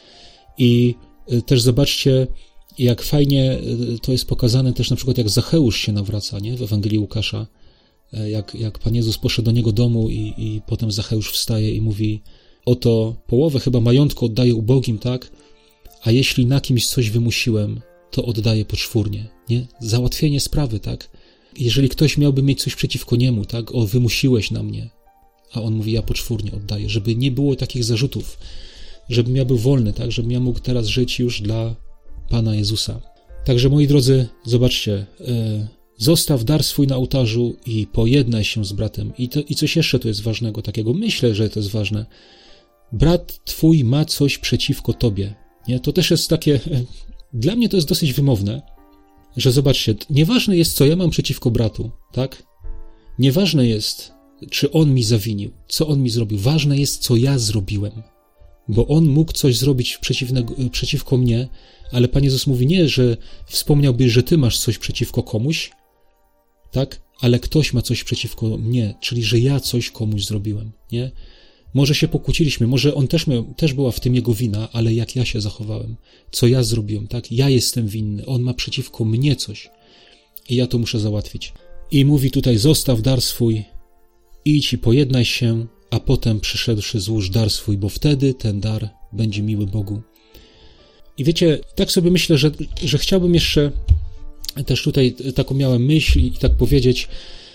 I też zobaczcie, jak fajnie to jest pokazane też na przykład, jak Zacheusz się nawraca, nie? W Ewangelii Łukasza. Jak Pan Jezus poszedł do niego domu i potem Zacheusz wstaje i mówi: oto połowę chyba majątku oddaję ubogim, tak? A jeśli na kimś coś wymusiłem, to oddaję poczwórnie, nie? Załatwienie sprawy, tak? Jeżeli ktoś miałby mieć coś przeciwko niemu, tak? O, wymusiłeś na mnie. A on mówi: ja poczwórnie oddaję, żeby nie było takich zarzutów, żebym ja był wolny, tak? Żebym ja mógł teraz żyć już dla Pana Jezusa. Także moi drodzy, zobaczcie, zostaw dar swój na ołtarzu i pojednaj się z bratem. I coś jeszcze tu jest ważnego takiego, myślę, że to jest ważne. Brat twój ma coś przeciwko tobie. Nie? To też jest takie, dla mnie to jest dosyć wymowne, że zobaczcie, nieważne jest, co ja mam przeciwko bratu, tak? Nieważne jest, czy on mi zawinił, co on mi zrobił. Ważne jest, co ja zrobiłem. Bo on mógł coś zrobić przeciwko mnie, ale Pan Jezus mówi nie, że wspomniałby, że ty masz coś przeciwko komuś, tak? Ale ktoś ma coś przeciwko mnie, czyli że ja coś komuś zrobiłem, nie? Może się pokłóciliśmy, może on też była w tym jego wina, ale jak ja się zachowałem, co ja zrobiłem, tak? Ja jestem winny, on ma przeciwko mnie coś i ja to muszę załatwić. I mówi tutaj, zostaw dar swój, idź i pojednaj się, a potem przyszedłszy złóż dar swój, bo wtedy ten dar będzie miły Bogu. I wiecie, tak sobie myślę, że chciałbym jeszcze też tutaj taką miałem myśl i tak powiedzieć,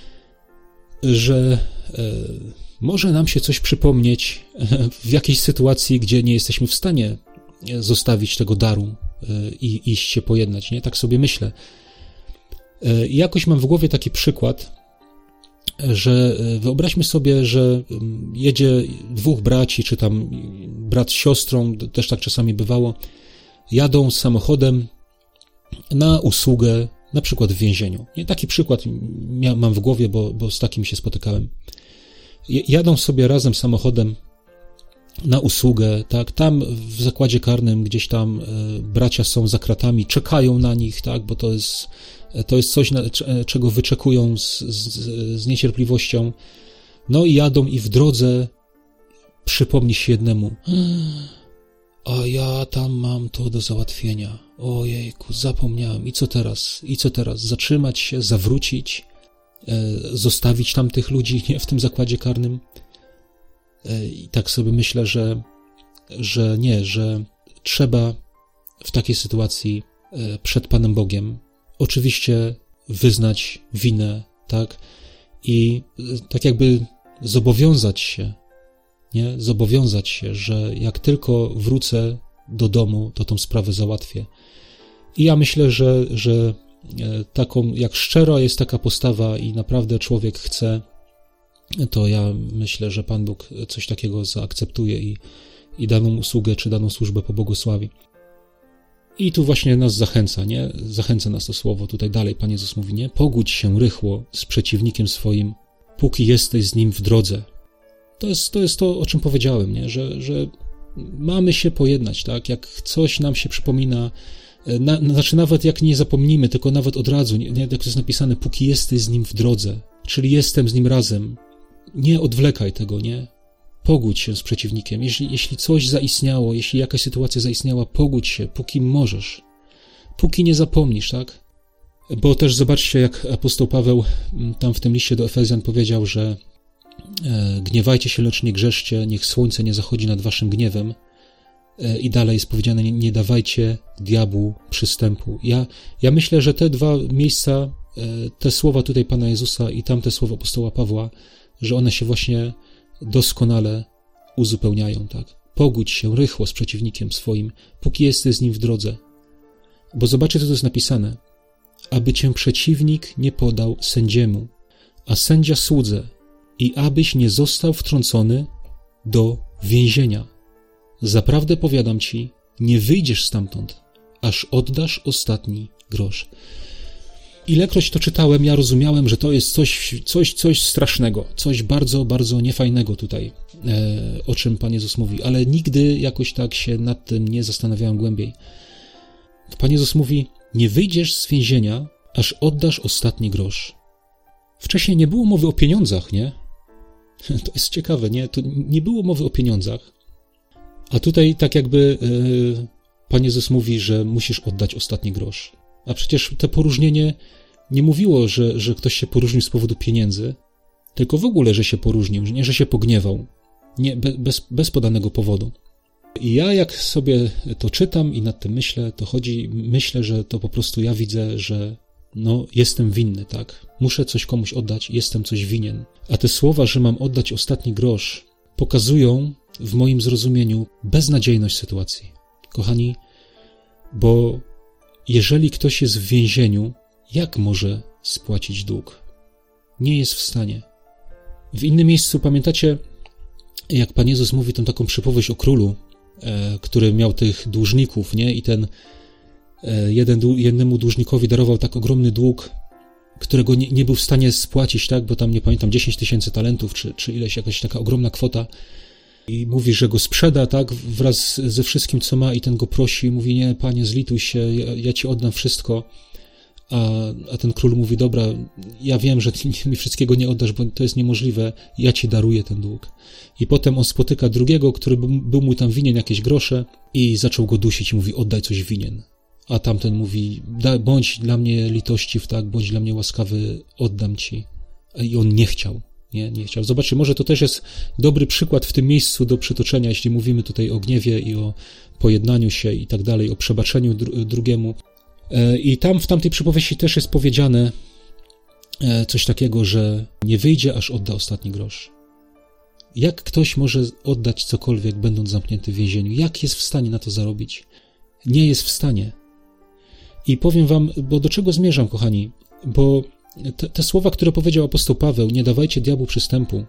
że może nam się coś przypomnieć w jakiejś sytuacji, gdzie nie jesteśmy w stanie zostawić tego daru i iść się pojednać, nie? Tak sobie myślę. I jakoś mam w głowie taki przykład, że wyobraźmy sobie, że jedzie dwóch braci, czy tam brat z siostrą, też tak czasami bywało, jadą samochodem na usługę, na przykład w więzieniu. Nie, taki przykład mam w głowie, bo z takim się spotykałem. Jadą sobie razem samochodem na usługę, tak, tam w zakładzie karnym gdzieś tam bracia są za kratami, czekają na nich, tak, bo to jest coś, czego wyczekują z niecierpliwością. No i jadą i w drodze przypomni się jednemu, a ja tam mam to do załatwienia. Ojejku, zapomniałem. I co teraz? Zatrzymać się, zawrócić, zostawić tam tych ludzi, nie, w tym zakładzie karnym? I tak sobie myślę, że trzeba w takiej sytuacji przed Panem Bogiem oczywiście wyznać winę, tak? I tak jakby zobowiązać się, że jak tylko wrócę do domu, to tą sprawę załatwię. I ja myślę, że taką, jak szczera jest taka postawa i naprawdę człowiek chce, to ja myślę, że Pan Bóg coś takiego zaakceptuje i daną usługę czy daną służbę pobłogosławi. I tu właśnie nas zachęca, nie? Zachęca nas to słowo. Tutaj dalej Pan Jezus mówi, nie? Pogódź się rychło z przeciwnikiem swoim, póki jesteś z nim w drodze. To jest to, o czym powiedziałem, nie? Że mamy się pojednać, tak? Jak coś nam się przypomina, znaczy nawet jak nie zapomnimy, tylko nawet od razu, nie? Jak to jest napisane, póki jesteś z nim w drodze, czyli jestem z nim razem. Nie odwlekaj tego, nie? Pogódź się z przeciwnikiem. Jeśli coś zaistniało, jeśli jakaś sytuacja zaistniała, pogódź się, póki możesz. Póki nie zapomnisz, tak? Bo też zobaczcie, jak apostoł Paweł tam w tym liście do Efezjan powiedział, że gniewajcie się, lecz nie grzeszcie, niech słońce nie zachodzi nad waszym gniewem. I dalej jest powiedziane, nie dawajcie diabłu przystępu. Ja myślę, że te dwa miejsca, te słowa tutaj Pana Jezusa i tamte słowa apostoła Pawła, że one się właśnie doskonale uzupełniają, tak? Pogódź się rychło z przeciwnikiem swoim, póki jesteś z nim w drodze. Bo zobaczcie, co to jest napisane. Aby cię przeciwnik nie podał sędziemu, a sędzia słudze, i abyś nie został wtrącony do więzienia. Zaprawdę powiadam ci, nie wyjdziesz stamtąd, aż oddasz ostatni grosz. Ilekroć to czytałem, ja rozumiałem, że to jest coś strasznego, coś bardzo, bardzo niefajnego tutaj, o czym Pan Jezus mówi, ale nigdy jakoś tak się nad tym nie zastanawiałem głębiej. Pan Jezus mówi, nie wyjdziesz z więzienia, aż oddasz ostatni grosz. Wcześniej nie było mowy o pieniądzach, nie? To jest ciekawe, nie? To nie było mowy o pieniądzach. A tutaj tak jakby Pan Jezus mówi, że musisz oddać ostatni grosz. A przecież to poróżnienie nie mówiło, że ktoś się poróżnił z powodu pieniędzy, tylko w ogóle, że się poróżnił, nie, że się pogniewał. Nie, bez podanego powodu. I ja jak sobie to czytam i nad tym myślę, że to po prostu ja widzę, że jestem winny, tak? Muszę coś komuś oddać, jestem coś winien. A te słowa, że mam oddać ostatni grosz, pokazują w moim zrozumieniu beznadziejność sytuacji. Kochani, bo jeżeli ktoś jest w więzieniu, jak może spłacić dług? Nie jest w stanie. W innym miejscu, pamiętacie, jak Pan Jezus mówi tą taką przypowieść o królu, który miał tych dłużników, nie? I ten jednemu dłużnikowi darował tak ogromny dług, którego nie był w stanie spłacić, tak? Bo tam, nie pamiętam, 10 000 talentów, czy ileś, jakaś taka ogromna kwota. I mówi, że go sprzeda, tak? Wraz ze wszystkim, co ma, i ten go prosi, mówi, nie, Panie, zlituj się, ja ci oddam wszystko. A ten król mówi, dobra, ja wiem, że ty mi wszystkiego nie oddasz, bo to jest niemożliwe, ja ci daruję ten dług. I potem on spotyka drugiego, który był mu tam winien jakieś grosze i zaczął go dusić i mówi, oddaj coś winien. A tamten mówi, bądź dla mnie litościw, tak, bądź dla mnie łaskawy, oddam ci. I on nie chciał. Nie chciał. Zobaczcie, może to też jest dobry przykład w tym miejscu do przytoczenia, jeśli mówimy tutaj o gniewie i o pojednaniu się i tak dalej, o przebaczeniu drugiemu. I tam w tamtej przypowieści też jest powiedziane coś takiego, że nie wyjdzie, aż odda ostatni grosz. Jak ktoś może oddać cokolwiek, będąc zamknięty w więzieniu? Jak jest w stanie na to zarobić? Nie jest w stanie. I powiem wam, bo do czego zmierzam, kochani? Bo te słowa, które powiedział apostoł Paweł, nie dawajcie diabłu przystępu.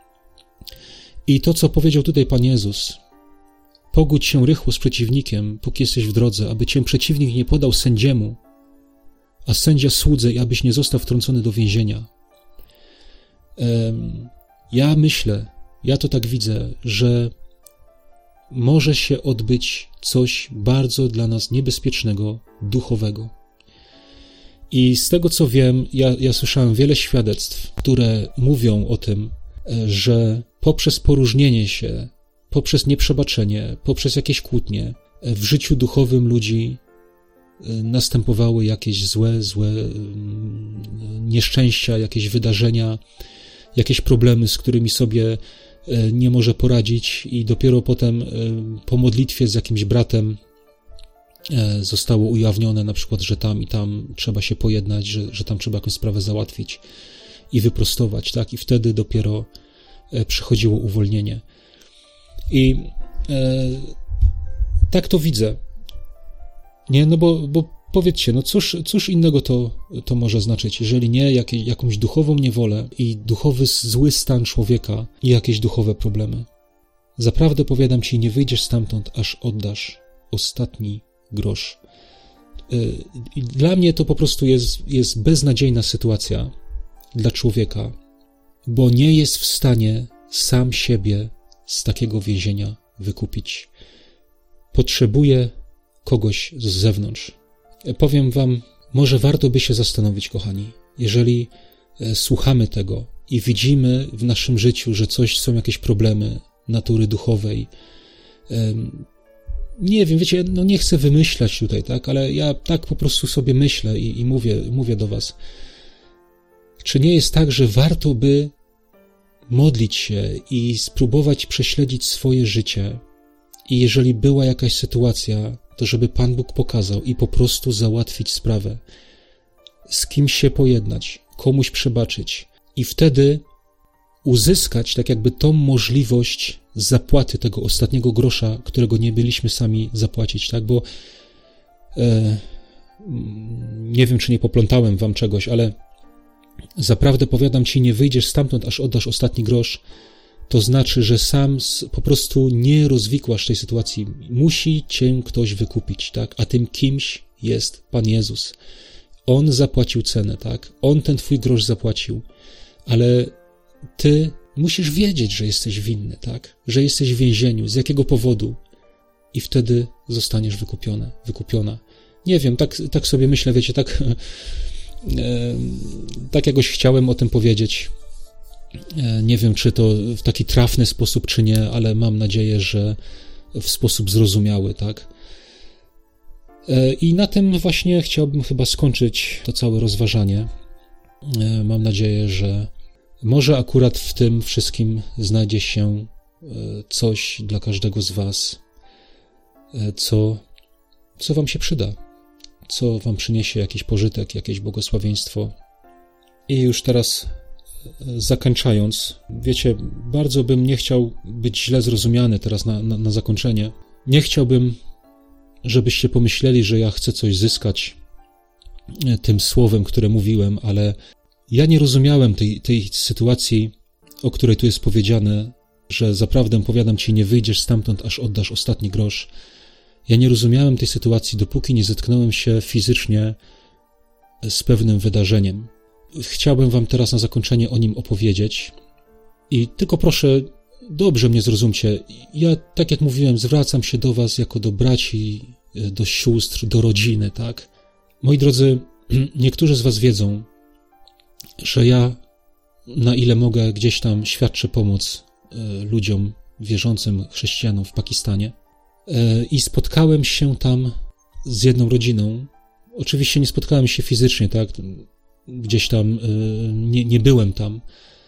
I to, co powiedział tutaj Pan Jezus, pogódź się rychło z przeciwnikiem, póki jesteś w drodze, aby cię przeciwnik nie podał sędziemu, a sędzia słudze i abyś nie został wtrącony do więzienia. Ja myślę, ja to tak widzę, że może się odbyć coś bardzo dla nas niebezpiecznego, duchowego. I z tego, co wiem, ja słyszałem wiele świadectw, które mówią o tym, że poprzez poróżnienie się, poprzez nieprzebaczenie, poprzez jakieś kłótnie w życiu duchowym ludzi następowały jakieś złe nieszczęścia, jakieś wydarzenia, jakieś problemy, z którymi sobie nie może poradzić i dopiero potem po modlitwie z jakimś bratem zostało ujawnione na przykład, że tam i tam trzeba się pojednać, że tam trzeba jakąś sprawę załatwić i wyprostować, tak? I wtedy dopiero przychodziło uwolnienie. I tak to widzę. Nie, no bo powiedzcie, no cóż innego to może znaczyć, jeżeli nie jakąś duchową niewolę i duchowy zły stan człowieka i jakieś duchowe problemy. Zaprawdę powiadam ci, nie wyjdziesz stamtąd, aż oddasz ostatni grosz. I dla mnie to po prostu jest beznadziejna sytuacja dla człowieka, bo nie jest w stanie sam siebie z takiego więzienia wykupić. Potrzebuje kogoś z zewnątrz. Powiem wam, może warto by się zastanowić, kochani, jeżeli słuchamy tego i widzimy w naszym życiu, że są jakieś problemy natury duchowej. Nie wiem, wiecie, no nie chcę wymyślać tutaj, tak, ale ja tak po prostu sobie myślę i mówię do was. Czy nie jest tak, że warto by modlić się i spróbować prześledzić swoje życie i jeżeli była jakaś sytuacja, to żeby Pan Bóg pokazał i po prostu załatwić sprawę, z kimś się pojednać, komuś przebaczyć i wtedy uzyskać tak jakby tą możliwość zapłaty tego ostatniego grosza, którego nie byliśmy sami zapłacić, tak, bo nie wiem, czy nie poplątałem wam czegoś, ale zaprawdę powiadam ci, nie wyjdziesz stamtąd, aż oddasz ostatni grosz. To znaczy, że sam po prostu nie rozwikłasz tej sytuacji. Musi cię ktoś wykupić, tak? A tym kimś jest Pan Jezus. On zapłacił cenę, tak? On ten twój grosz zapłacił. Ale ty musisz wiedzieć, że jesteś winny, tak? Że jesteś w więzieniu. Z jakiego powodu? I wtedy zostaniesz wykupiona. Nie wiem, tak sobie myślę, wiecie, tak jakoś chciałem o tym powiedzieć. Nie wiem, czy to w taki trafny sposób, czy nie, ale mam nadzieję, że w sposób zrozumiały, tak? I na tym właśnie chciałbym chyba skończyć to całe rozważanie. Mam nadzieję, że może akurat w tym wszystkim znajdzie się coś dla każdego z was, co wam się przyda, co wam przyniesie jakiś pożytek, jakieś błogosławieństwo. I już teraz zakończając, wiecie, bardzo bym nie chciał być źle zrozumiany teraz na zakończenie. Nie chciałbym, żebyście pomyśleli, że ja chcę coś zyskać tym słowem, które mówiłem, ale ja nie rozumiałem tej sytuacji, o której tu jest powiedziane, że zaprawdę powiadam ci, nie wyjdziesz stamtąd, aż oddasz ostatni grosz. Ja nie rozumiałem tej sytuacji, dopóki nie zetknąłem się fizycznie z pewnym wydarzeniem. Chciałbym wam teraz na zakończenie o nim opowiedzieć i tylko proszę, dobrze mnie zrozumcie, ja, tak jak mówiłem, zwracam się do was jako do braci, do sióstr, do rodziny, tak? Moi drodzy, niektórzy z was wiedzą, że ja, na ile mogę, gdzieś tam świadczę pomoc ludziom wierzącym, chrześcijanom w Pakistanie. I spotkałem się tam z jedną rodziną. Oczywiście nie spotkałem się fizycznie, tak? Gdzieś tam nie byłem tam,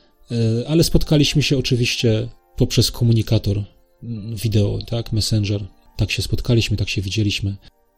ale spotkaliśmy się oczywiście poprzez komunikator wideo, tak? Messenger. Tak się spotkaliśmy, tak się widzieliśmy.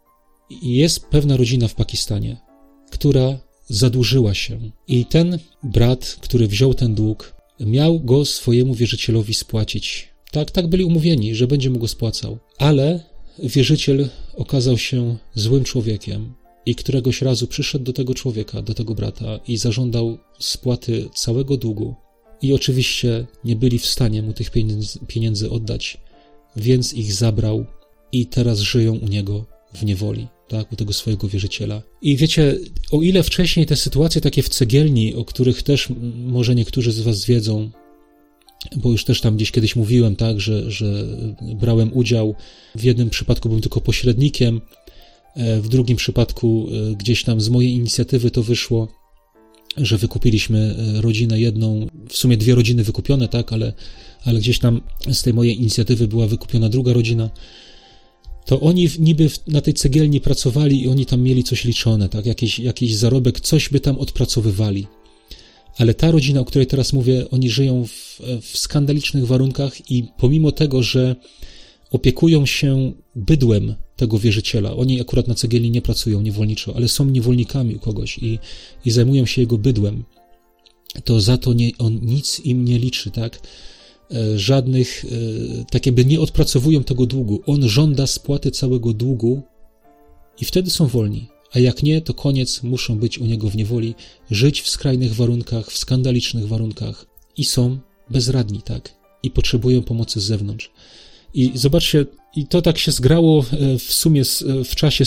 I jest pewna rodzina w Pakistanie, która zadłużyła się. I ten brat, który wziął ten dług, miał go swojemu wierzycielowi spłacić. Tak byli umówieni, że będzie mu go spłacał. Ale wierzyciel okazał się złym człowiekiem i któregoś razu przyszedł do tego człowieka, do tego brata i zażądał spłaty całego długu. I oczywiście nie byli w stanie mu tych pieniędzy oddać, więc ich zabrał i teraz żyją u niego w niewoli, tak, u tego swojego wierzyciela. I wiecie, o ile wcześniej te sytuacje takie w cegielni, o których też może niektórzy z was wiedzą, bo już też tam gdzieś kiedyś mówiłem, tak, że brałem udział, w jednym przypadku byłem tylko pośrednikiem, w drugim przypadku gdzieś tam z mojej inicjatywy to wyszło, że wykupiliśmy rodzinę jedną, w sumie 2 rodziny wykupione, tak, ale gdzieś tam z tej mojej inicjatywy była wykupiona druga rodzina, to oni niby na tej cegielni pracowali i oni tam mieli coś liczone, tak, jakiś zarobek, coś by tam odpracowywali. Ale ta rodzina, o której teraz mówię, oni żyją w skandalicznych warunkach i pomimo tego, że opiekują się bydłem tego wierzyciela, oni akurat na cegielni nie pracują niewolniczo, ale są niewolnikami u kogoś i zajmują się jego bydłem, to za to on nic im nie liczy, tak? Żadnych, tak jakby nie odpracowują tego długu. On żąda spłaty całego długu i wtedy są wolni. A jak nie, to koniec, muszą być u niego w niewoli, żyć w skrajnych warunkach, w skandalicznych warunkach i są bezradni, tak? I potrzebują pomocy z zewnątrz. I zobaczcie, i to tak się zgrało w sumie w czasie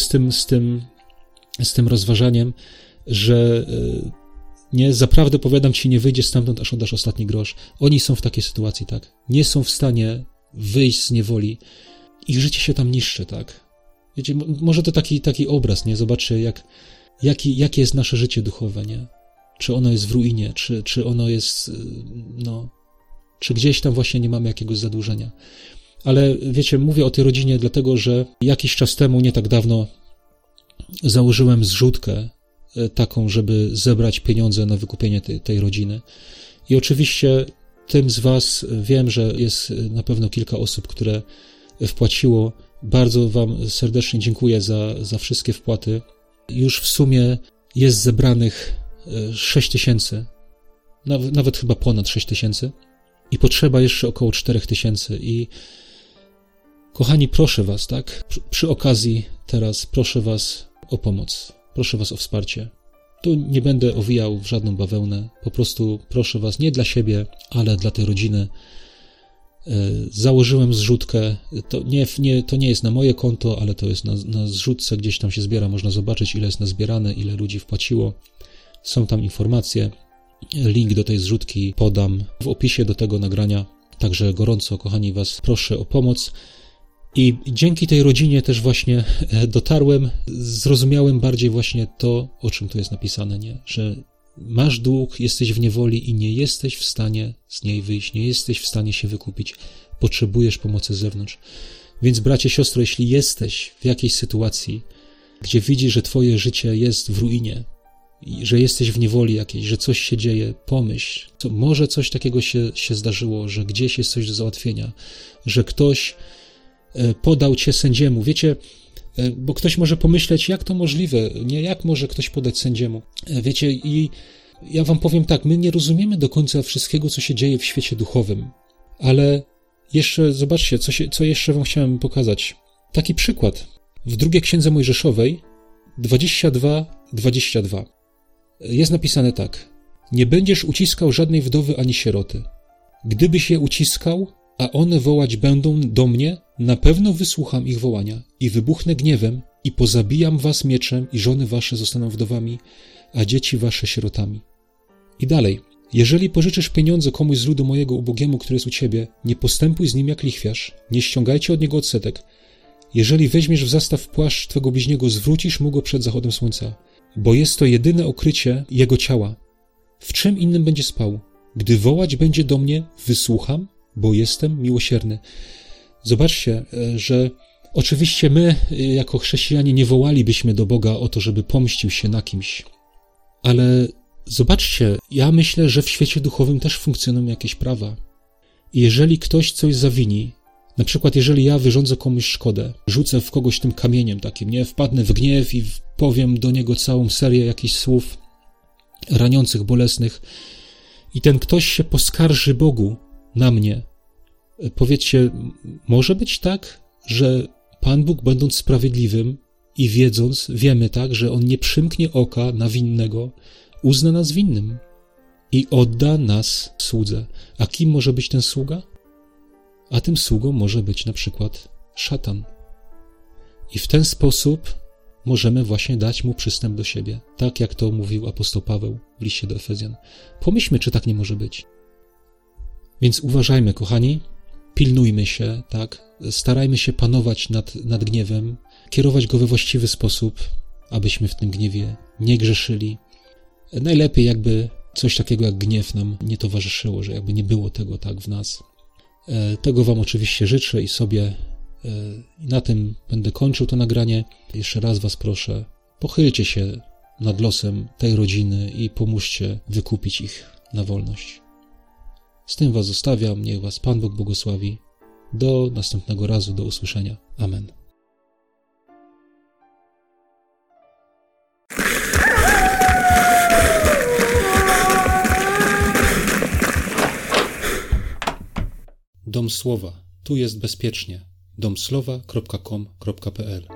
z tym rozważaniem, że nie, zaprawdę powiadam ci, nie wyjdziesz stamtąd, aż oddasz ostatni grosz. Oni są w takiej sytuacji, tak? Nie są w stanie wyjść z niewoli. Ich życie się tam niszczy, tak? Wiecie, może to taki obraz, nie? Zobaczcie, jakie jest nasze życie duchowe, nie? Czy ono jest w ruinie, czy ono jest, czy gdzieś tam właśnie nie mamy jakiegoś zadłużenia. Ale wiecie, mówię o tej rodzinie dlatego, że jakiś czas temu, nie tak dawno, założyłem zrzutkę taką, żeby zebrać pieniądze na wykupienie tej rodziny. I oczywiście tym z was wiem, że jest na pewno kilka osób, które wpłaciło. Bardzo wam serdecznie dziękuję za wszystkie wpłaty. Już w sumie jest zebranych 6 000, nawet chyba ponad 6 000 i potrzeba jeszcze około 4 000 i kochani, proszę was, tak, przy okazji teraz proszę was o pomoc, proszę was o wsparcie. Tu nie będę owijał w żadną bawełnę, po prostu proszę was, nie dla siebie, ale dla tej rodziny. Założyłem zrzutkę, to nie jest na moje konto, ale to jest na zrzutce, gdzieś tam się zbiera, można zobaczyć, ile jest nazbierane, ile ludzi wpłaciło. Są tam informacje, link do tej zrzutki podam w opisie do tego nagrania, także gorąco, kochani, was proszę o pomoc. I dzięki tej rodzinie też właśnie dotarłem, zrozumiałem bardziej właśnie to, o czym tu jest napisane, nie? Że masz dług, jesteś w niewoli i nie jesteś w stanie z niej wyjść, nie jesteś w stanie się wykupić, potrzebujesz pomocy z zewnątrz. Więc bracie, siostro, jeśli jesteś w jakiejś sytuacji, gdzie widzisz, że twoje życie jest w ruinie, że jesteś w niewoli jakiejś, że coś się dzieje, pomyśl, może coś takiego się zdarzyło, że gdzieś jest coś do załatwienia, że ktoś podał cię sędziemu. Wiecie, bo ktoś może pomyśleć, jak to możliwe, nie, jak może ktoś podać sędziemu. Wiecie, i ja wam powiem tak, my nie rozumiemy do końca wszystkiego, co się dzieje w świecie duchowym, ale jeszcze zobaczcie, co jeszcze wam chciałem pokazać. Taki przykład. W drugiej Księdze Mojżeszowej 22:22 jest napisane tak: nie będziesz uciskał żadnej wdowy ani sieroty. Gdybyś je uciskał, a one wołać będą do mnie, na pewno wysłucham ich wołania i wybuchnę gniewem i pozabijam was mieczem i żony wasze zostaną wdowami, a dzieci wasze sierotami. I dalej. Jeżeli pożyczysz pieniądze komuś z ludu mojego ubogiemu, który jest u ciebie, nie postępuj z nim jak lichwiarz, nie ściągajcie od niego odsetek. Jeżeli weźmiesz w zastaw płaszcz twego bliźniego, zwrócisz mu go przed zachodem słońca. bo jest to jedyne okrycie Jego ciała. W czym innym będzie spał? Gdy wołać będzie do mnie, wysłucham, bo jestem miłosierny. Zobaczcie, że oczywiście my, jako chrześcijanie, nie wołalibyśmy do Boga o to, żeby pomścił się na kimś. Ale zobaczcie, ja myślę, że w świecie duchowym też funkcjonują jakieś prawa. I jeżeli ktoś coś zawini, na przykład jeżeli ja wyrządzę komuś szkodę, rzucę w kogoś tym kamieniem takim, nie? Wpadnę w gniew i powiem do niego całą serię jakichś słów raniących, bolesnych i ten ktoś się poskarży Bogu na mnie. Powiedzcie, może być tak, że Pan Bóg, będąc sprawiedliwym i wiedząc, wiemy tak, że On nie przymknie oka na winnego, uzna nas winnym i odda nas słudze. A kim może być ten sługa? A tym sługą może być na przykład szatan. I w ten sposób możemy właśnie dać mu przystęp do siebie, tak jak to mówił apostoł Paweł w liście do Efezjan. Pomyślmy, czy tak nie może być. Więc uważajmy, kochani, pilnujmy się, tak? Starajmy się panować nad gniewem, kierować go we właściwy sposób, abyśmy w tym gniewie nie grzeszyli. Najlepiej jakby coś takiego jak gniew nam nie towarzyszyło, że jakby nie było tego tak w nas. Tego wam oczywiście życzę i sobie. Na tym będę kończył to nagranie. Jeszcze raz was proszę, pochylcie się nad losem tej rodziny i pomóżcie wykupić ich na wolność. Z tym was zostawiam, niech was Pan Bóg błogosławi. Do następnego razu, do usłyszenia. Amen. Dom Słowa. Tu jest bezpiecznie. domslowa.com.pl